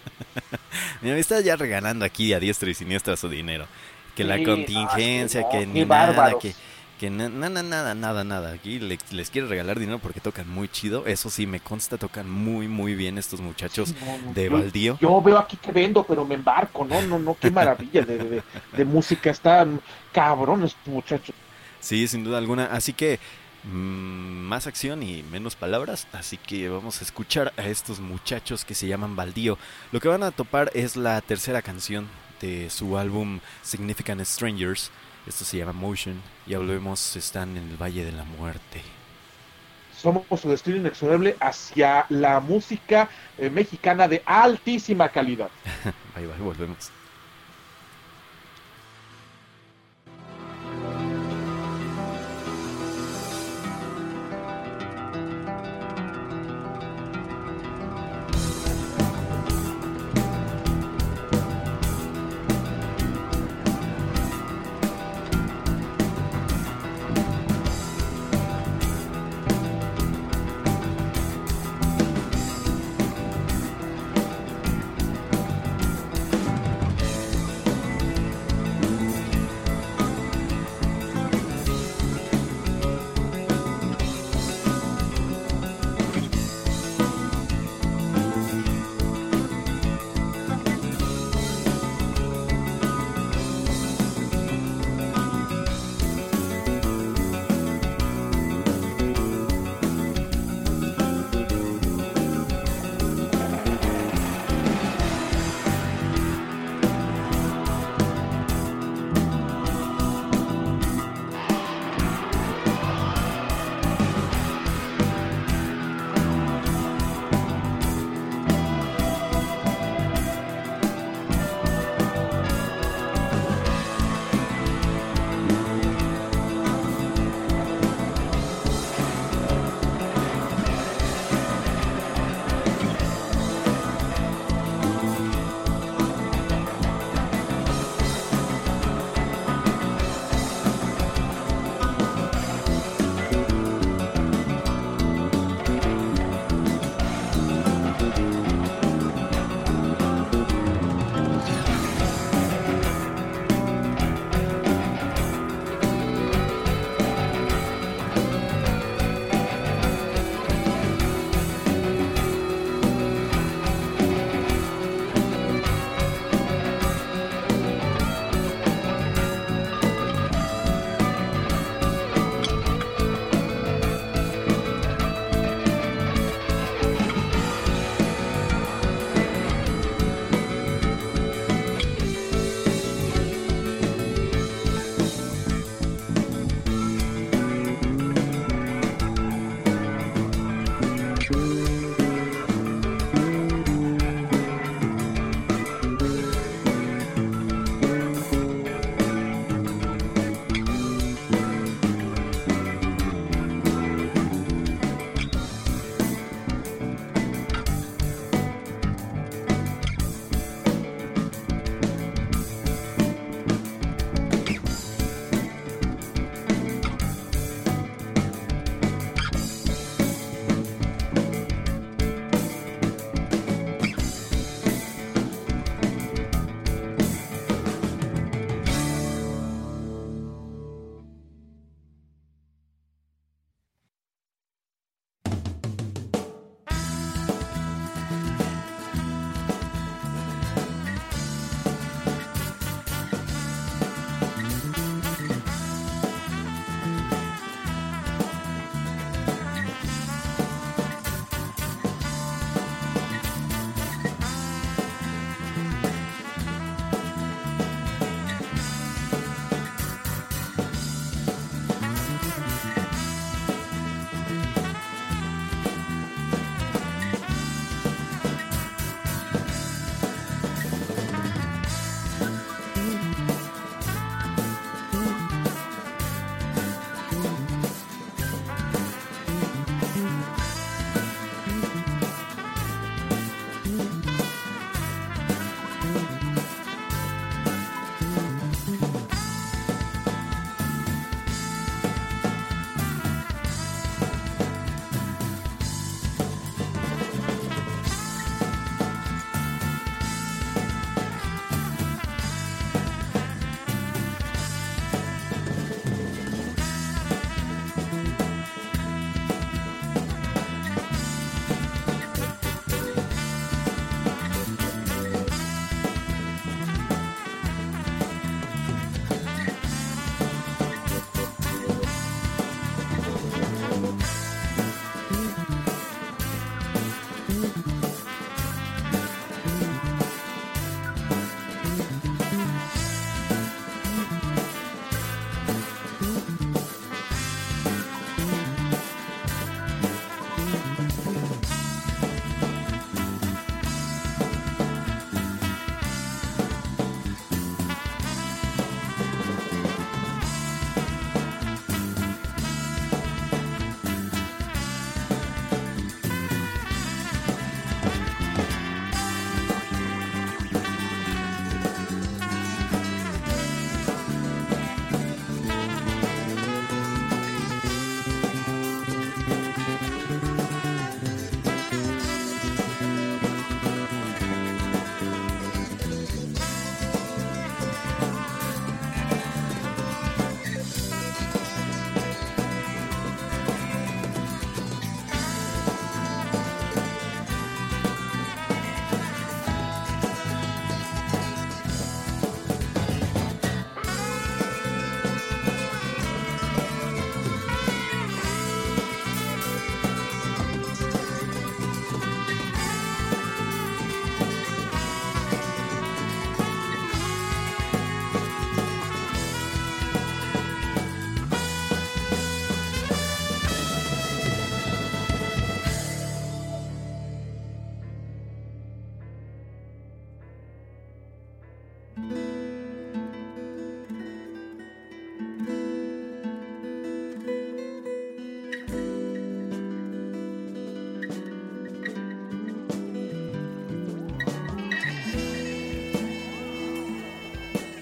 Me está ya regalando aquí a diestra y siniestra su dinero. Que sí, la contingencia, no, que no, ni nada, que... Que nada, na, nada, nada, nada. Aquí le, les quiero regalar dinero porque tocan muy chido. Eso sí, me consta, tocan muy, muy bien estos muchachos sí, no, de yo, Baldío. Yo veo aquí que vendo, pero me embarco. No, no, no, qué maravilla de, de, de música. Están cabrones, muchachos. Sí, sin duda alguna. Así que mmm, más acción y menos palabras. Así que vamos a escuchar a estos muchachos que se llaman Baldío. Lo que van a topar es la tercera canción de su álbum Significant Strangers. Esto se llama Motion. Ya volvemos, están en el Valle de la Muerte. Somos su destino inexorable hacia la música eh, mexicana de altísima calidad. Bye, bye, volvemos.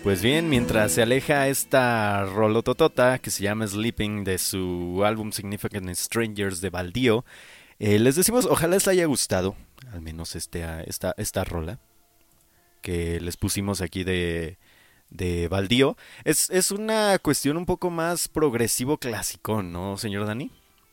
Pues bien, mientras se aleja esta rolototota que se llama Sleeping de su álbum Significant Strangers de Baldío, eh, les decimos ojalá les haya gustado, al menos este, esta, esta rola que les pusimos aquí de, de Baldío. Es, es una cuestión un poco más progresivo clásico, ¿no, señor Dani?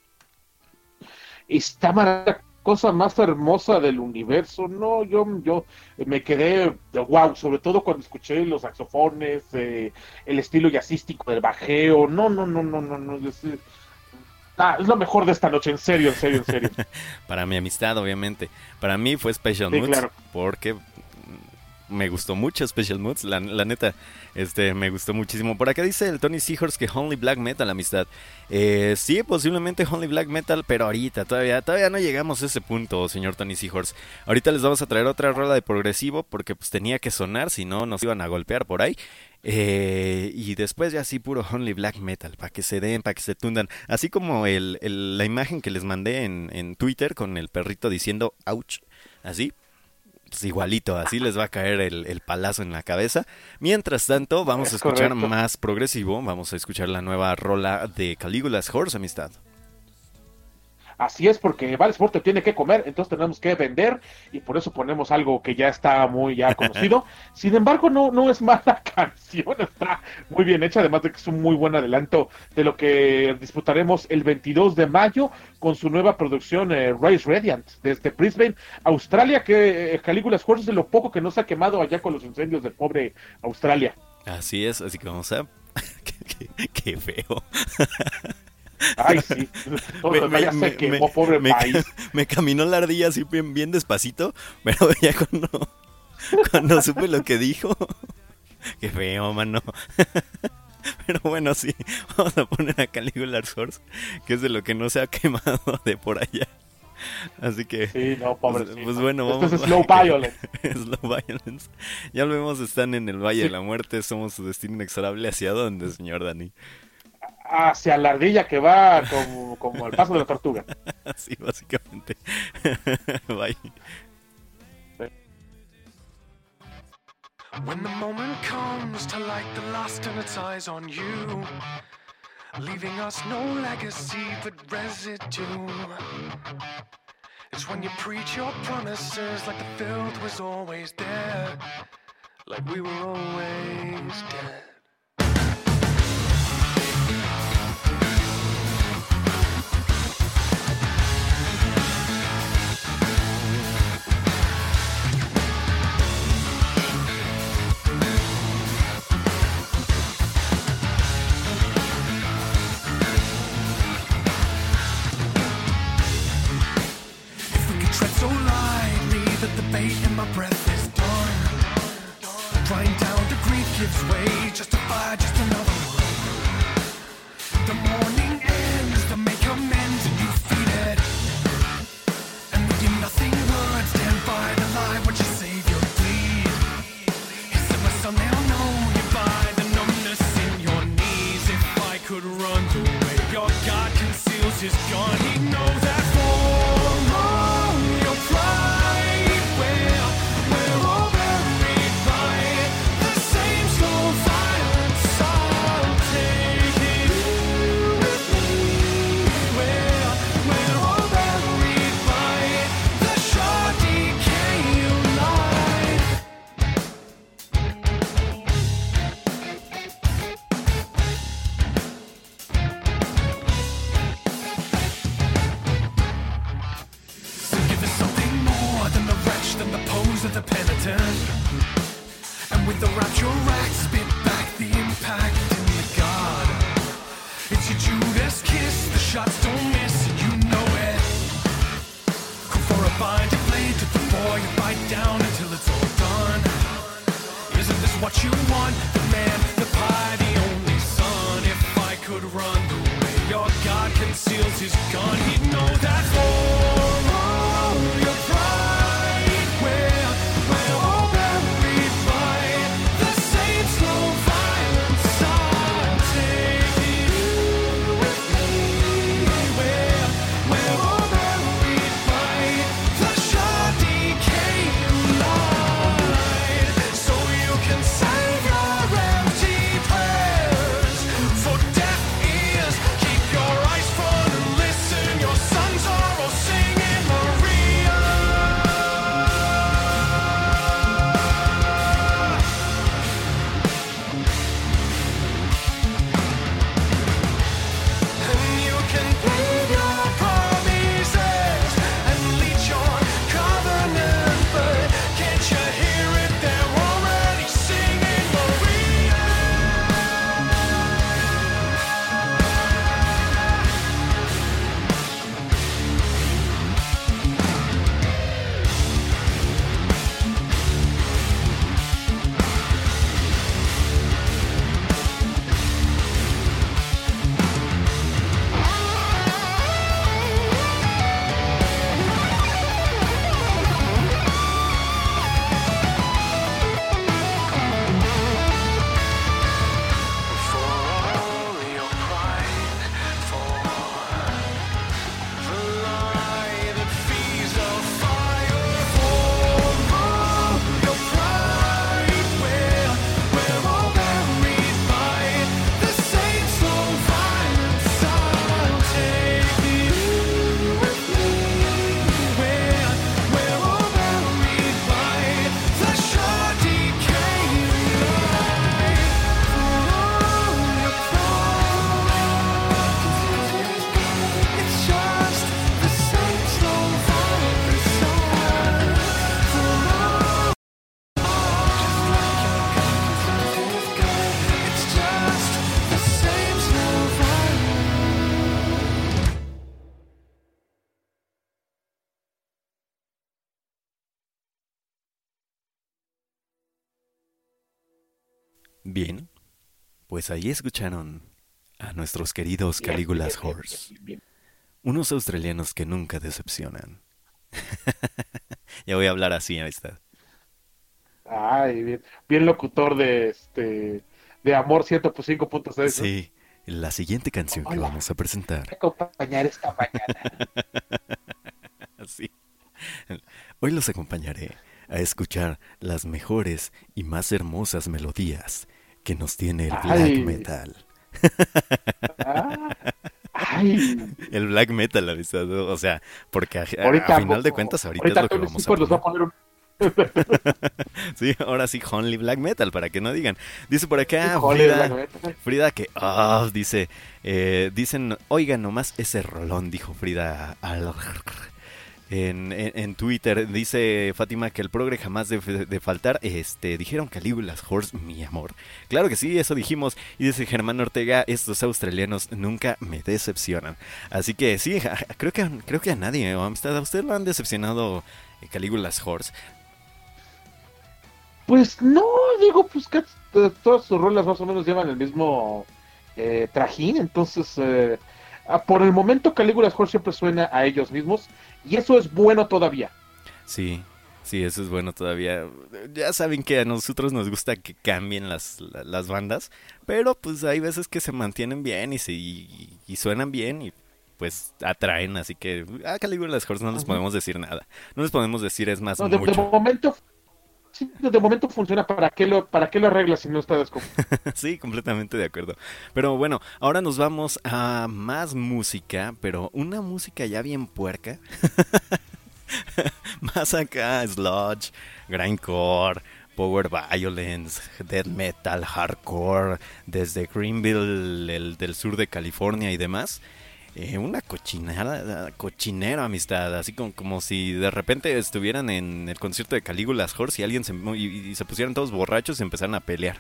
Está maravillosa. Cosa más hermosa del universo, no, yo, yo me quedé de wow, sobre todo cuando escuché los saxofones, eh, el estilo jazzístico del bajeo, no, no, no, no, no, no, es, ah, es lo mejor de esta noche, en serio, en serio, en serio. Para mi amistad, obviamente, para mí fue Special Sí, Moods, claro. porque me gustó mucho Special Moods, la, la neta, este, me gustó muchísimo. Por acá dice el Tony Seahorse que Only Black Metal, amistad. Eh, sí, posiblemente Only Black Metal, pero ahorita todavía, todavía no llegamos a ese punto, señor Tony Seahorse. Ahorita les vamos a traer otra rola de progresivo, porque pues tenía que sonar, si no nos iban a golpear por ahí. Eh, y después ya sí puro Only Black Metal, para que se den, para que se tundan. Así como el, el, la imagen que les mandé en, en Twitter con el perrito diciendo ouch, así. Pues igualito, así les va a caer el, el palazo en la cabeza. Mientras tanto, vamos Es a escuchar correcto. más progresivo. Vamos a escuchar la nueva rola de Caligula's Horse, amistad. Así es, porque Val Sport te tiene que comer, entonces tenemos que vender y por eso ponemos algo que ya está muy ya conocido. Sin embargo, no, no es mala canción, está muy bien hecha, además de que es un muy buen adelanto de lo que disputaremos el veintidós de mayo con su nueva producción eh, Rise Radiant desde Brisbane, Australia, que eh, Caligula's Horse es de lo poco que no se ha quemado allá con los incendios del pobre Australia. Así es, así que vamos a... qué, qué, qué feo. Ay, sí. Todo me, ya me, se quemó, me, pobre me, país. Me caminó la ardilla así bien, bien despacito, pero ya cuando, cuando supe lo que dijo, qué feo, mano. Pero bueno, sí, vamos a poner a Caligula's Horse, que es de lo que no se ha quemado de por allá. Así que, sí, no, pobre, pues, sí, pues no. bueno, Esto vamos. es slow violence. Slow violence. Ya lo vemos, están en el Valle Sí. de la Muerte, somos su destino inexorable. ¿Hacia dónde, señor Dani? Hacia la ardilla que va como, como el paso de la tortuga. Así, básicamente. Bye. When the moment comes to light the last and its eyes on you, leaving us no legacy but residue. It's when you preach your promises like the filth was always there, like we were always dead. Tread so lightly that the bait in my breath is done. Drying down, the grief gives way, justified, just another one. The morning ends to make amends and you feed it. And with your nothing words, stand by the lie, what you save your bleed. He said my son, they'll know you by the numbness in your knees. If I could run the way your God conceals his gun, he'd know that for your pride, well, we're all buried by the same slow violence. I'll take it with me. Well, we're all buried by the sure decay of life. Give us something more than the wretch, than the pose of the penitent. And with the rapture rack, spit back the impact in the God. It's your Judas kiss, the shots don't miss, and you know it. Go for a binding blade to the boy, you bite down until it's all done. Isn't this what you want? The man, the pie, the only son. If I could run the way your God conceals his gun, he'd know that for all your pride, well, we're all buried by the same slow violence. I'll take it with me. Well, we're all buried by the sure decay of light. So you can save your Bien, pues ahí escucharon a nuestros queridos Bien, Caligula's bien, Horse, bien, bien. unos australianos que nunca decepcionan. Ya voy a hablar así, amistad. Ay, bien, bien locutor de este de Amor ciento cinco punto seis, ¿no? Sí, la siguiente canción que Hola, vamos a presentar. voy a acompañar esta mañana. Sí. Hoy los acompañaré a escuchar las mejores y más hermosas melodías que nos tiene el black Ay, metal. ah, ay. El black metal, amistad, ¿no? O sea, porque a, a- a Ahorita, final de cuentas ahorita es ahorita lo que Tony vamos a Zipper nos va a poner. poner un Sí, ahora sí, Only Black Metal, para que no digan. Dice por acá híjole, Black Frida, Metal. Frida que, ah, dice, eh, dicen, oigan nomás ese rolón, dijo Frida al- en, en, en Twitter. Dice Fátima que el progre jamás debe de faltar. Este, dijeron Caligula's Horse, mi amor. Claro que sí, eso dijimos. Y dice Germán Ortega, estos australianos nunca me decepcionan. Así que sí, ja- creo que, creo que a nadie, ¿o amistad? ¿A usted lo han decepcionado eh, Caligula's Horse? Pues no, digo, pues que t- todas sus rolas más o menos llevan el mismo eh, trajín, entonces eh, ah, por el momento Caligula's Horse siempre suena a ellos mismos y eso es bueno todavía. Sí, sí, eso es bueno todavía. Ya saben que a nosotros nos gusta que cambien las, la- las bandas, pero pues hay veces que se mantienen bien y, se, y, y suenan bien y pues atraen, así que a Caligula's Horse no les Ujú. podemos decir nada. No les podemos decir es más No, de, de mucho. momento, sí, de momento funciona. ¿Para qué lo, para qué lo arreglas si no está descompuesto? Sí, completamente de acuerdo. Pero bueno, ahora nos vamos a más música, pero una música ya bien puerca. Más acá, sludge, grindcore, power violence, death metal, hardcore, desde Greenville, el del sur de California y demás. Eh, una cochinera, cochinera amistad, así como, como si de repente estuvieran en el concierto de Caligula's Horse y alguien se, y, y se pusieran todos borrachos y empezaran a pelear.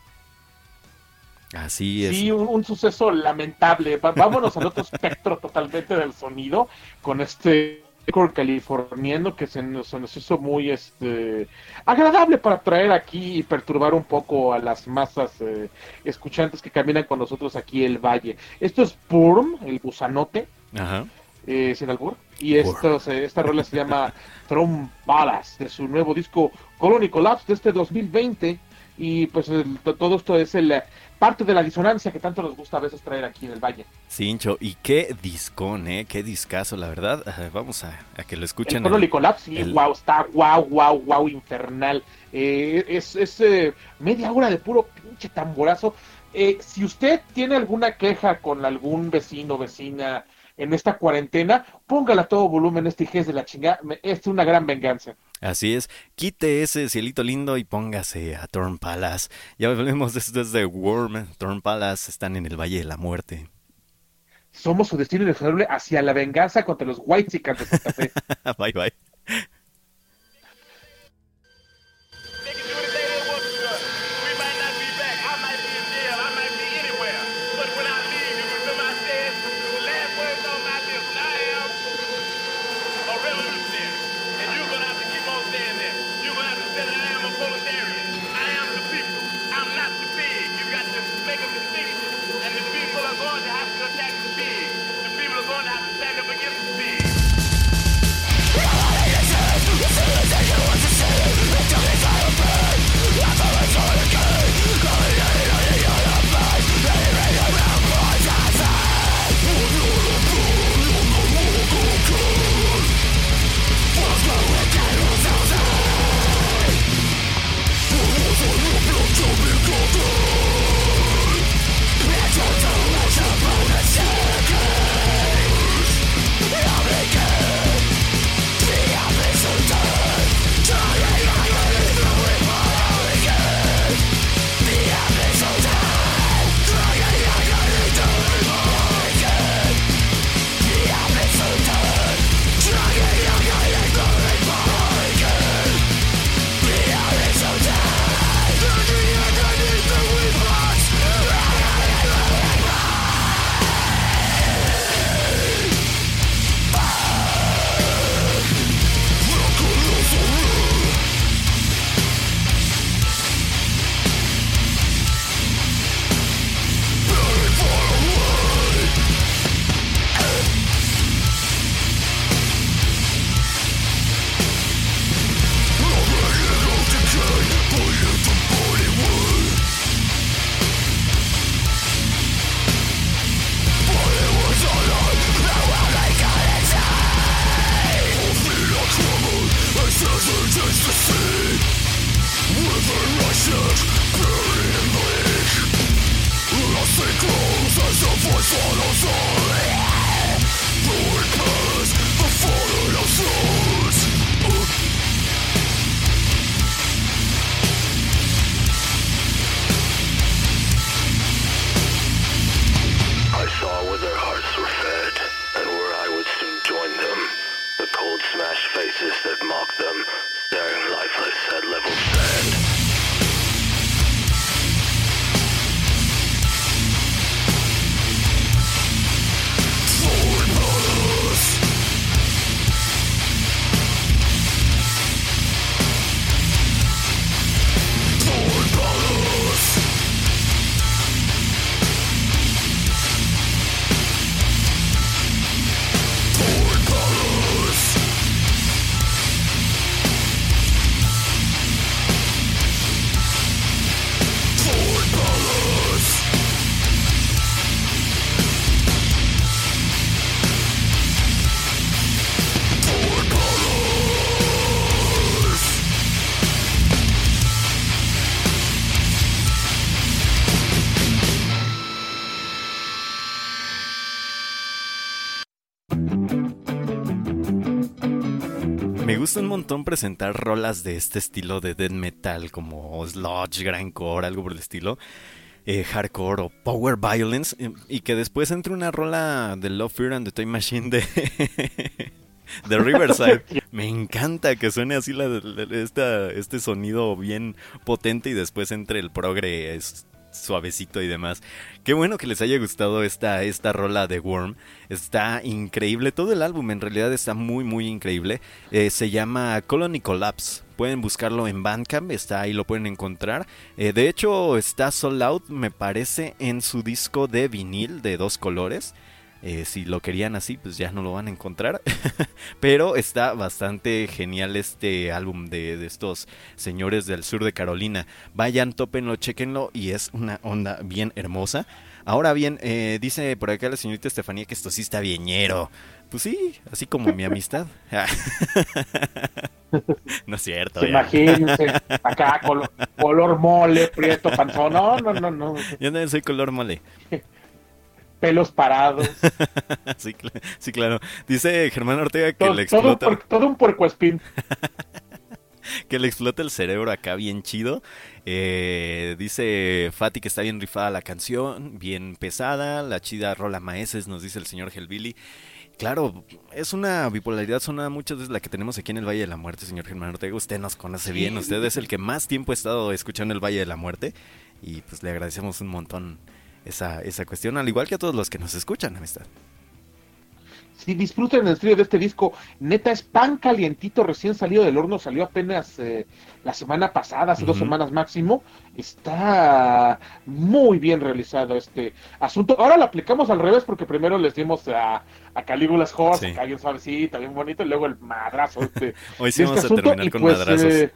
Así es. Sí, un, un suceso lamentable. Va- vámonos al otro espectro totalmente del sonido con este hardcore californiano que se nos, se nos hizo muy este agradable para traer aquí y perturbar un poco a las masas eh, escuchantes que caminan con nosotros aquí el valle. Esto es Purm, el gusanote, Ajá. eh, sin albur, y esto, se- esta rola se llama Throne Balas, de su nuevo disco Colony Collapse de este dos mil veinte, y pues el- to- todo esto es el, eh, parte de la disonancia que tanto nos gusta a veces traer aquí en el valle. Cincho, y qué discón, eh, qué discazo, la verdad. Ah, vamos a, a que lo El escuchen. Colony el- Collapse, sí, el- wow, está wow, wow, wow, infernal. Eh, es es eh, media hora de puro pinche tamborazo. Eh, si usted tiene alguna queja con algún vecino o vecina en esta cuarentena, póngala a todo volumen, este hijez de la chingada. me- Es una gran venganza. Así es, quite ese cielito lindo y póngase a Thorn Palace. Ya hablemos de esto desde Worm. Thorn Palace están en el Valle de la Muerte. Somos su destino inexorable hacia la venganza contra los Whitexicans de Santa Fe. Bye bye. They can do anything they want to us. We might not be back. I might be in jail. I might be anywhere. But when I leave, you remember I said the last words on my lips. I am a revolutionary. And you're going to have to keep on saying that. You're going to have to say that I am a proletarian. I am the people. I'm not the big. You got to make a distinction. And the people are going to have to attack the big. The people are going to have to stand up against the big. un montón presentar rolas de este estilo de death metal, como sludge, grindcore, algo por el estilo, eh, hardcore o power violence, eh, y que después entre una rola de Love, Fear and the Toy Machine de... de Riverside. Me encanta que suene así la, la, esta, este sonido bien potente y después entre el progre es suavecito y demás. Qué bueno que les haya gustado esta, esta rola de Worm. Está increíble. Todo el álbum en realidad está muy muy increíble. Eh, se llama Colony Collapse. Pueden buscarlo en Bandcamp, está ahí, lo pueden encontrar. Eh, de hecho está sold out, me parece, en su disco de vinil de dos colores. Eh, si lo querían así, pues ya no lo van a encontrar. Pero está bastante genial este álbum de, de estos señores del sur de Carolina. Vayan, tópenlo, chequenlo y es una onda bien hermosa. Ahora bien, eh, dice por acá la señorita Estefanía que esto sí está bieñero. Pues sí, así como mi amistad. No es cierto. Imagínense, acá color, color mole, prieto, panzón. No, no, no, no. Yo también soy color mole. Pelos parados. Sí, cl- sí, claro. Dice Germán Ortega que todo, le explota... Todo, por, todo un puercoespín. Que le explota el cerebro acá bien chido. Eh, dice Fati que está bien rifada la canción, bien pesada, la chida rola maeses, nos dice el señor Hellbilly. Claro, es una bipolaridad sonada muchas veces la que tenemos aquí en el Valle de la Muerte, señor Germán Ortega. Usted nos conoce bien, usted es el que más tiempo ha estado escuchando el Valle de la Muerte. Y pues le agradecemos un montón esa, esa cuestión, al igual que a todos los que nos escuchan, amistad. Sí, disfruten en serio de este disco. Neta, es pan calientito, recién salido del horno. Salió apenas eh, la semana pasada, hace uh-huh. dos semanas máximo. Está muy bien realizado este asunto. Ahora lo aplicamos al revés, porque primero les dimos a, a Calígula's Horse, sí. acá bien suavecita, bien bonito, y luego el madrazo. Este, Hoy sí de vamos este a terminar con pues, madrazos. Eh,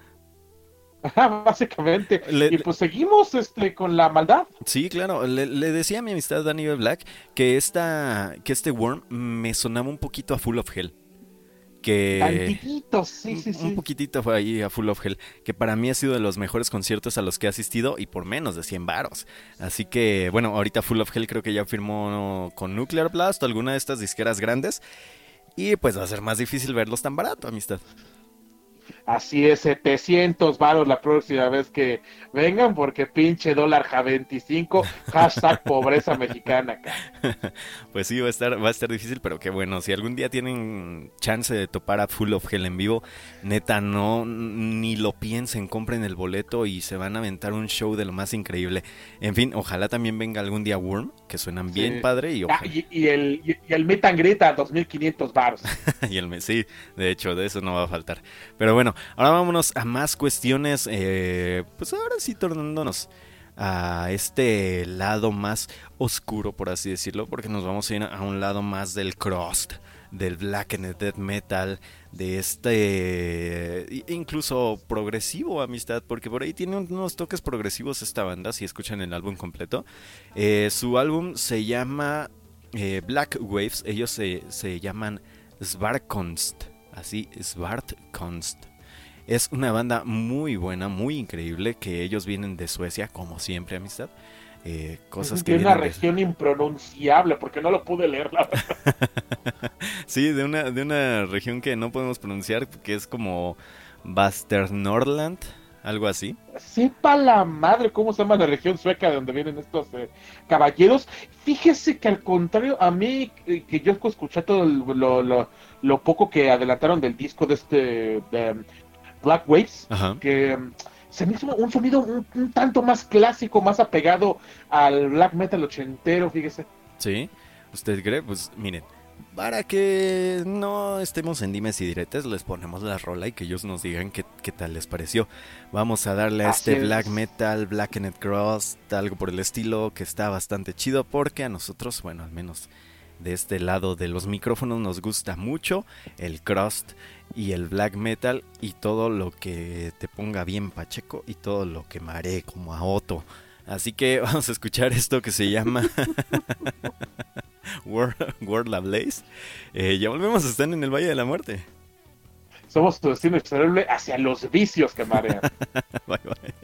básicamente, le, y pues seguimos este con la maldad. Sí, claro, le, le decía a mi amistad Danny B. Black que esta que este Worm me sonaba un poquito a Full of Hell. Que Tantitito, sí, sí, sí. Un poquitito fue ahí a Full of Hell, que para mí ha sido de los mejores conciertos a los que he asistido y por menos de cien varos. Así que, bueno, ahorita Full of Hell creo que ya firmó con Nuclear Blast o alguna de estas disqueras grandes y pues va a ser más difícil verlos tan barato, amistad. Así es, setecientos varos la próxima vez que vengan, porque pinche dólar ja veinticinco, hashtag pobreza mexicana acá. Pues sí, va a estar, va a estar difícil, pero qué bueno, si algún día tienen chance de topar a Full of Hell en vivo, neta, no, ni lo piensen, compren el boleto y se van a aventar un show de lo más increíble. En fin, ojalá también venga algún día Worm, que suenan bien sí. padre, y ojalá. Ah, y, y el, y, y el meet and greet a dos mil quinientos varos. Y el sí, de hecho, de eso no va a faltar. Pero bueno, ahora vámonos a más cuestiones, eh, pues ahora sí tornándonos a este lado más oscuro, por así decirlo, porque nos vamos a ir a un lado más del crust, del blackened death metal, de este incluso progresivo, amistad, porque por ahí tiene unos toques progresivos esta banda, si escuchan el álbum completo. Eh, su álbum se llama eh, Black Waves, ellos se, se llaman Svartkonst, así, Svartkonst. Es una banda muy buena, muy increíble, que ellos vienen de Suecia, como siempre, amistad. Eh, cosas que de una de... región impronunciable, porque no lo pude leer, la verdad. Sí, de una, de una región que no podemos pronunciar, que es como Västernorrland, algo así. Sepa la madre cómo se llama la región sueca de donde vienen estos eh, caballeros. Fíjese que al contrario, a mí, eh, que yo escuché todo lo, lo, lo poco que adelantaron del disco de este... De, Black Waves, ajá, que um, se me hizo un sonido un, un tanto más clásico, más apegado al black metal ochentero, fíjese. Sí, ¿usted cree? Pues miren, para que no estemos en dimes y diretes, les ponemos la rola y que ellos nos digan qué, qué tal les pareció. Vamos a darle a Así este es. black metal, blackened crust, algo por el estilo, que está bastante chido, porque a nosotros, bueno, al menos de este lado de los micrófonos nos gusta mucho el crust y el black metal y todo lo que te ponga bien pacheco y todo lo que maree como a Otto. Así que vamos a escuchar esto que se llama World, World Ablaze. Eh, ya volvemos a estar en el Valle de la Muerte. Somos tu destino extraordinario hacia los vicios que marean. Bye bye.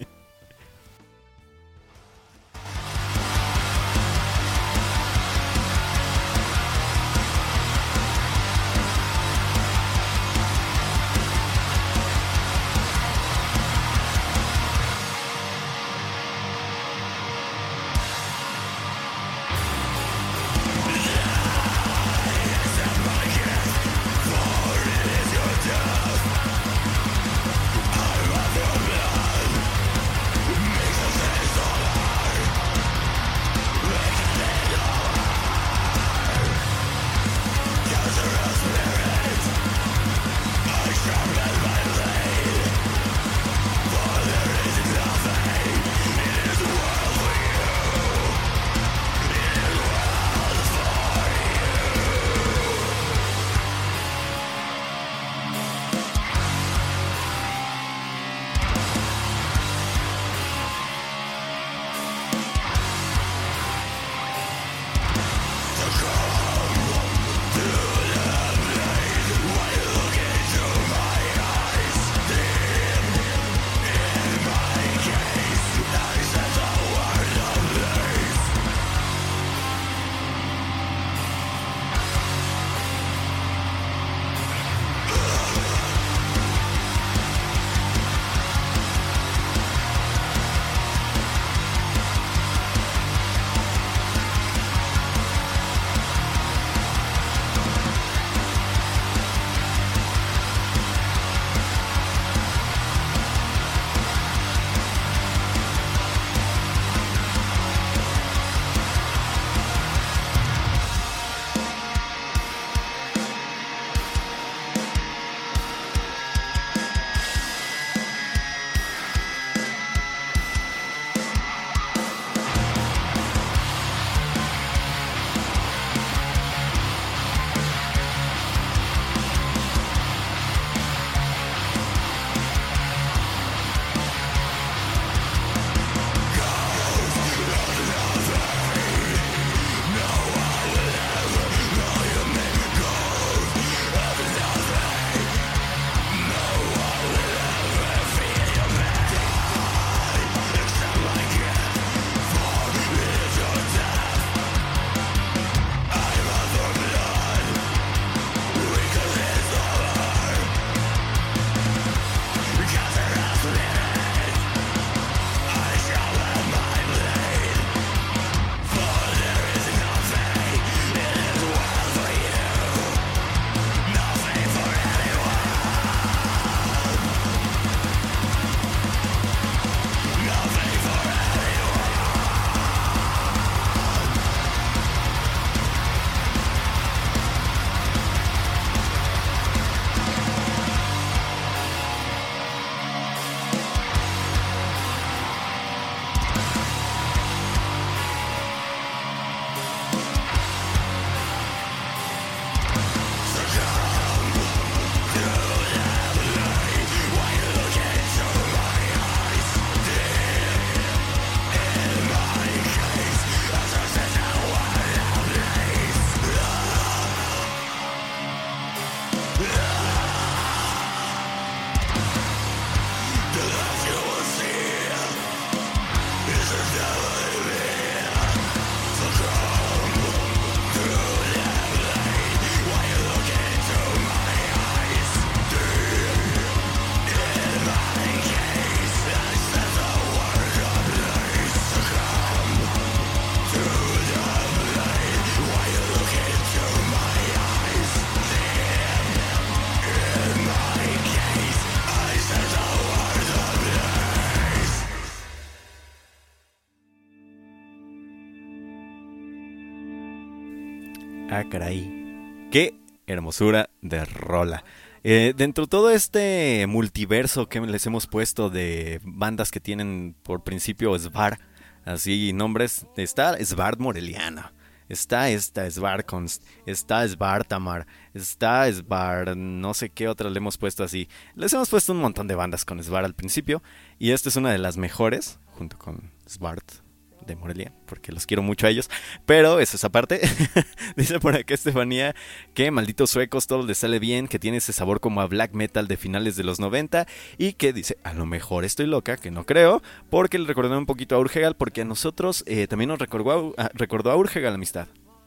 Ah, caray. Qué hermosura de rola. Eh, dentro de todo este multiverso que les hemos puesto de bandas que tienen por principio Svar, así nombres, está Svart Moreliana, está esta Svarkonst, está Svartamar, está Svar, no sé qué otras le hemos puesto así. Les hemos puesto un montón de bandas con Svar al principio y esta es una de las mejores, junto con Svart de Morelia, porque los quiero mucho a ellos, pero eso es aparte. Dice por acá Estefanía que malditos suecos, todo les sale bien, que tiene ese sabor como a black metal de finales de los noventa, y que dice, a lo mejor estoy loca, que no creo, porque le recordó un poquito a Urgegal, porque a nosotros eh, también nos recordó a, recordó a Urgegal Amistad.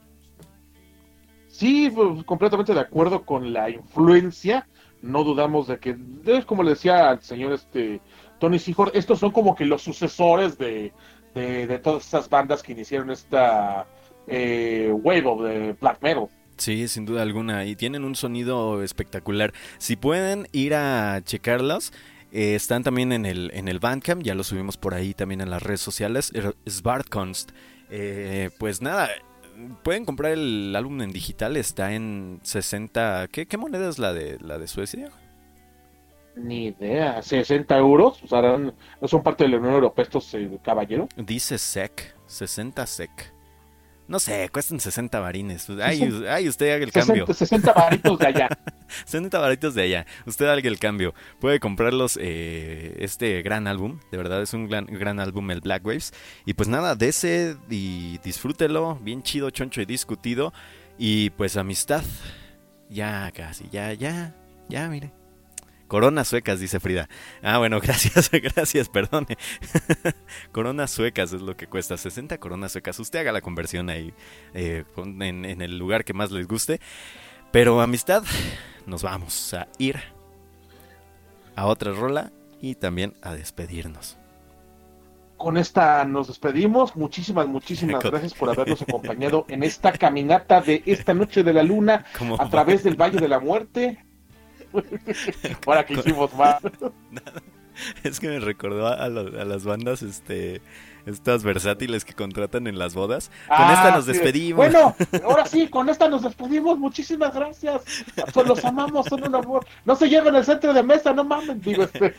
Sí, pues, completamente de acuerdo con la influencia, no dudamos de que, es como le decía al señor este Tony Sihor, estos son como que los sucesores de De, de todas esas bandas que iniciaron esta eh, wave of the black metal. Sí, sin duda alguna, y tienen un sonido espectacular. Si pueden ir a checarlos, eh, están también en el en el Bandcamp, ya lo subimos por ahí también en las redes sociales, Svartkonst. Eh, pues nada, pueden comprar el álbum en digital, está en sesenta, ¿qué, qué moneda es la de la de Suecia? Ni idea, sesenta euros, o sea, no son parte de la Unión Europea estos eh, caballero. Dice SEC, sesenta SEC. No sé, cuestan sesenta varines. Ay, ay, usted haga el cambio. sesenta varitos de allá. sesenta varitos de allá. Usted haga el cambio. Puede comprarlos, eh, este gran álbum. De verdad es un gran, gran álbum, el Black Waves. Y pues nada, dese y disfrútelo. Bien chido, choncho y discutido. Y pues amistad. Ya casi, ya, ya, ya, mire. Coronas suecas, dice Frida. Ah, bueno, gracias, gracias, perdone. Coronas suecas es lo que cuesta, sesenta coronas suecas. Usted haga la conversión ahí, eh, en, en el lugar que más les guste. Pero amistad, nos vamos a ir a otra rola y también a despedirnos. Con esta nos despedimos. Muchísimas, muchísimas gracias por habernos acompañado en esta caminata de esta noche de la luna a través del Valle de la Muerte. Ahora que hicimos más. Es que me recordó a, lo, a las bandas este estas versátiles que contratan en las bodas. Con ah, esta nos sí. despedimos. Bueno, ahora sí, con esta nos despedimos. Muchísimas gracias. Pues los amamos, son un amor. No se lleven el centro de mesa, no mames, digo este.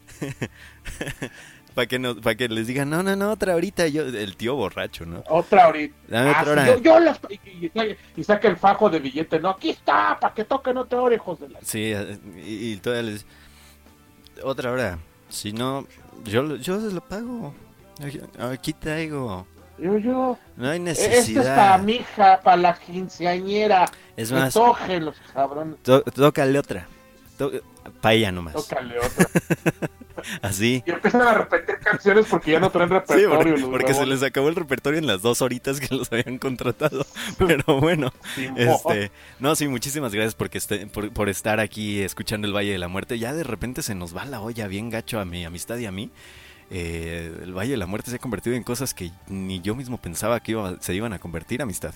Para que, no, pa que les digan, no, no, no, otra ahorita, yo, el tío borracho, ¿no? Otra ahorita. Dame ah, otra hora. Sí, yo, yo las, y, y, y saca el fajo de billete, no, aquí está, para que toquen otra hora, hijos de la... Sí, y, y todavía les... Otra hora, si no, yo, yo se lo pago, aquí traigo. Yo, yo. No hay necesidad. Esta es para mi hija, para la quinceañera. Es más, toquen los cabrones. To, tócale otra. To, para ella nomás. Tócale otra. Así. Y empiezan a repetir canciones porque ya no traen repertorio. Sí, porque, porque se les acabó el repertorio en las dos horitas que los habían contratado. Pero bueno, sí, este, no, sí, muchísimas gracias porque este, por, por estar aquí escuchando el Valle de la Muerte. Ya de repente se nos va la olla bien gacho a mi amistad y a mí. Eh, el Valle de la Muerte se ha convertido en cosas que ni yo mismo pensaba que iba, se iban a convertir, amistad.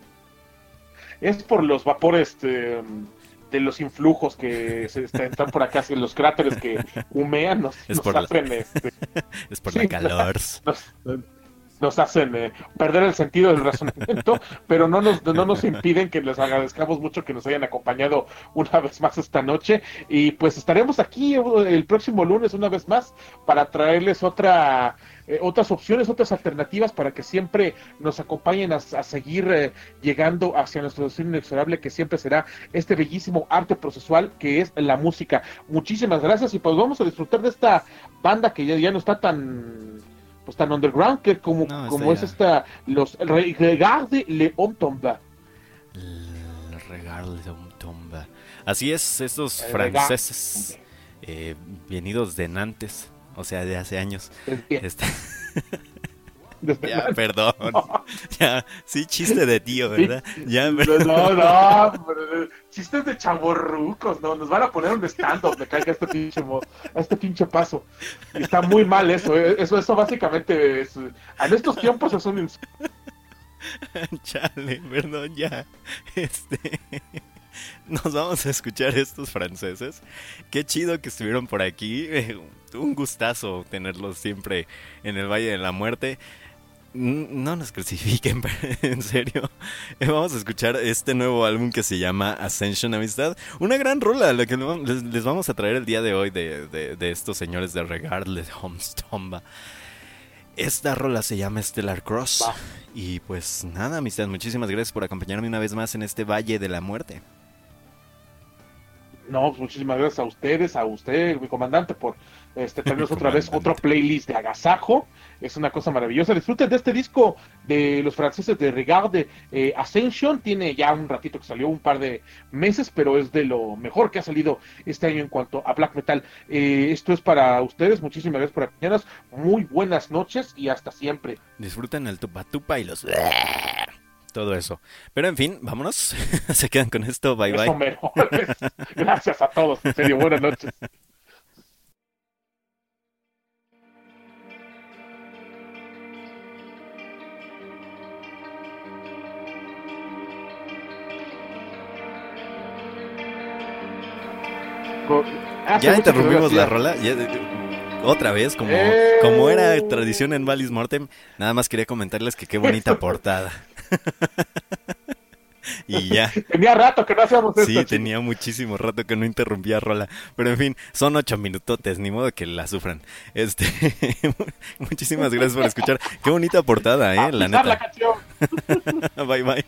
Es por los vapores de, de los influjos que se están por acá, los cráteres que humean, nos, es nos por hacen... La... Este, es por sí, la calor. Nos, nos hacen eh, perder el sentido del razonamiento, pero no nos, no nos impiden que les agradezcamos mucho que nos hayan acompañado una vez más esta noche, y pues estaremos aquí el próximo lunes una vez más para traerles otra eh, otras opciones, otras alternativas para que siempre nos acompañen a, a seguir eh, llegando hacia nuestro destino inexorable, que siempre será este bellísimo arte procesual que es la música. Muchísimas gracias, y pues vamos a disfrutar de esta banda que ya, ya no está tan... pues tan underground que como, no, como es ya. esta los Regarde le Tomba. El Regarde le Tomba. Así es, estos el franceses eh, venidos de Nantes, o sea, de hace años. Este... ya, perdón. No. Ya, sí, chiste de tío, ¿verdad? Sí. Ya, pero... No, no, pero chistes de chavorrucos, no, nos van a poner un stand-up, me caiga este pinche mo... a este pinche paso. Y está muy mal eso, ¿eh? eso, eso básicamente es, en estos tiempos es un insulto. Chale, perdón, ya. Este... Nos vamos a escuchar estos franceses. Qué chido que estuvieron por aquí. Un gustazo tenerlos siempre en el Valle de la Muerte. No nos crucifiquen, pero en serio. Vamos a escuchar este nuevo álbum que se llama Ascension, amistad. Una gran rola, la que les vamos a traer el día de hoy de, de, de estos señores de Regardless Homestomba. Esta rola se llama Stellar Cross. Va. Y pues nada, amistad, muchísimas gracias por acompañarme una vez más en este Valle de la Muerte. No, pues muchísimas gracias a ustedes, a usted, mi comandante, por este traernos otra vez otro playlist de agasajo. Es una cosa maravillosa. Disfruten de este disco de los franceses de Regard eh, Ascension. Tiene ya un ratito que salió, un par de meses, pero es de lo mejor que ha salido este año en cuanto a black metal. Eh, esto es para ustedes. Muchísimas gracias por acompañarnos. Muy buenas noches y hasta siempre. Disfruten el tupa tupa y los... todo eso. Pero en fin, vámonos. Se quedan con esto. Bye, bye. Eso mejor. Gracias a todos. En serio, buenas noches. Ya interrumpimos la rola. Ya, otra vez, como, eh... como era tradición en Valis Mortem. Nada más quería comentarles que qué bonita portada. Y ya. Tenía rato que no hacíamos esto. Sí, chico. Tenía muchísimo rato que no interrumpía rola. Pero en fin, son ocho minutotes, ni modo que la sufran. Este, muchísimas gracias por escuchar. Qué bonita portada, eh, la neta. La canción. Bye, bye.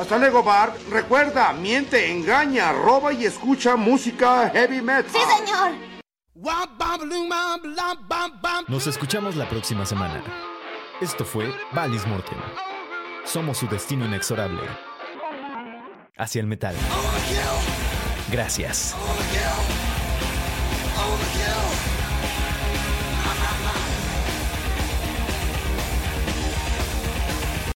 Hasta luego, Bart. Recuerda, miente, engaña, roba y escucha música heavy metal. ¡Sí, señor! Nos escuchamos la próxima semana. Esto fue Valis Mortem. Somos su destino inexorable hacia el metal. Gracias. I wanna kill. I wanna kill.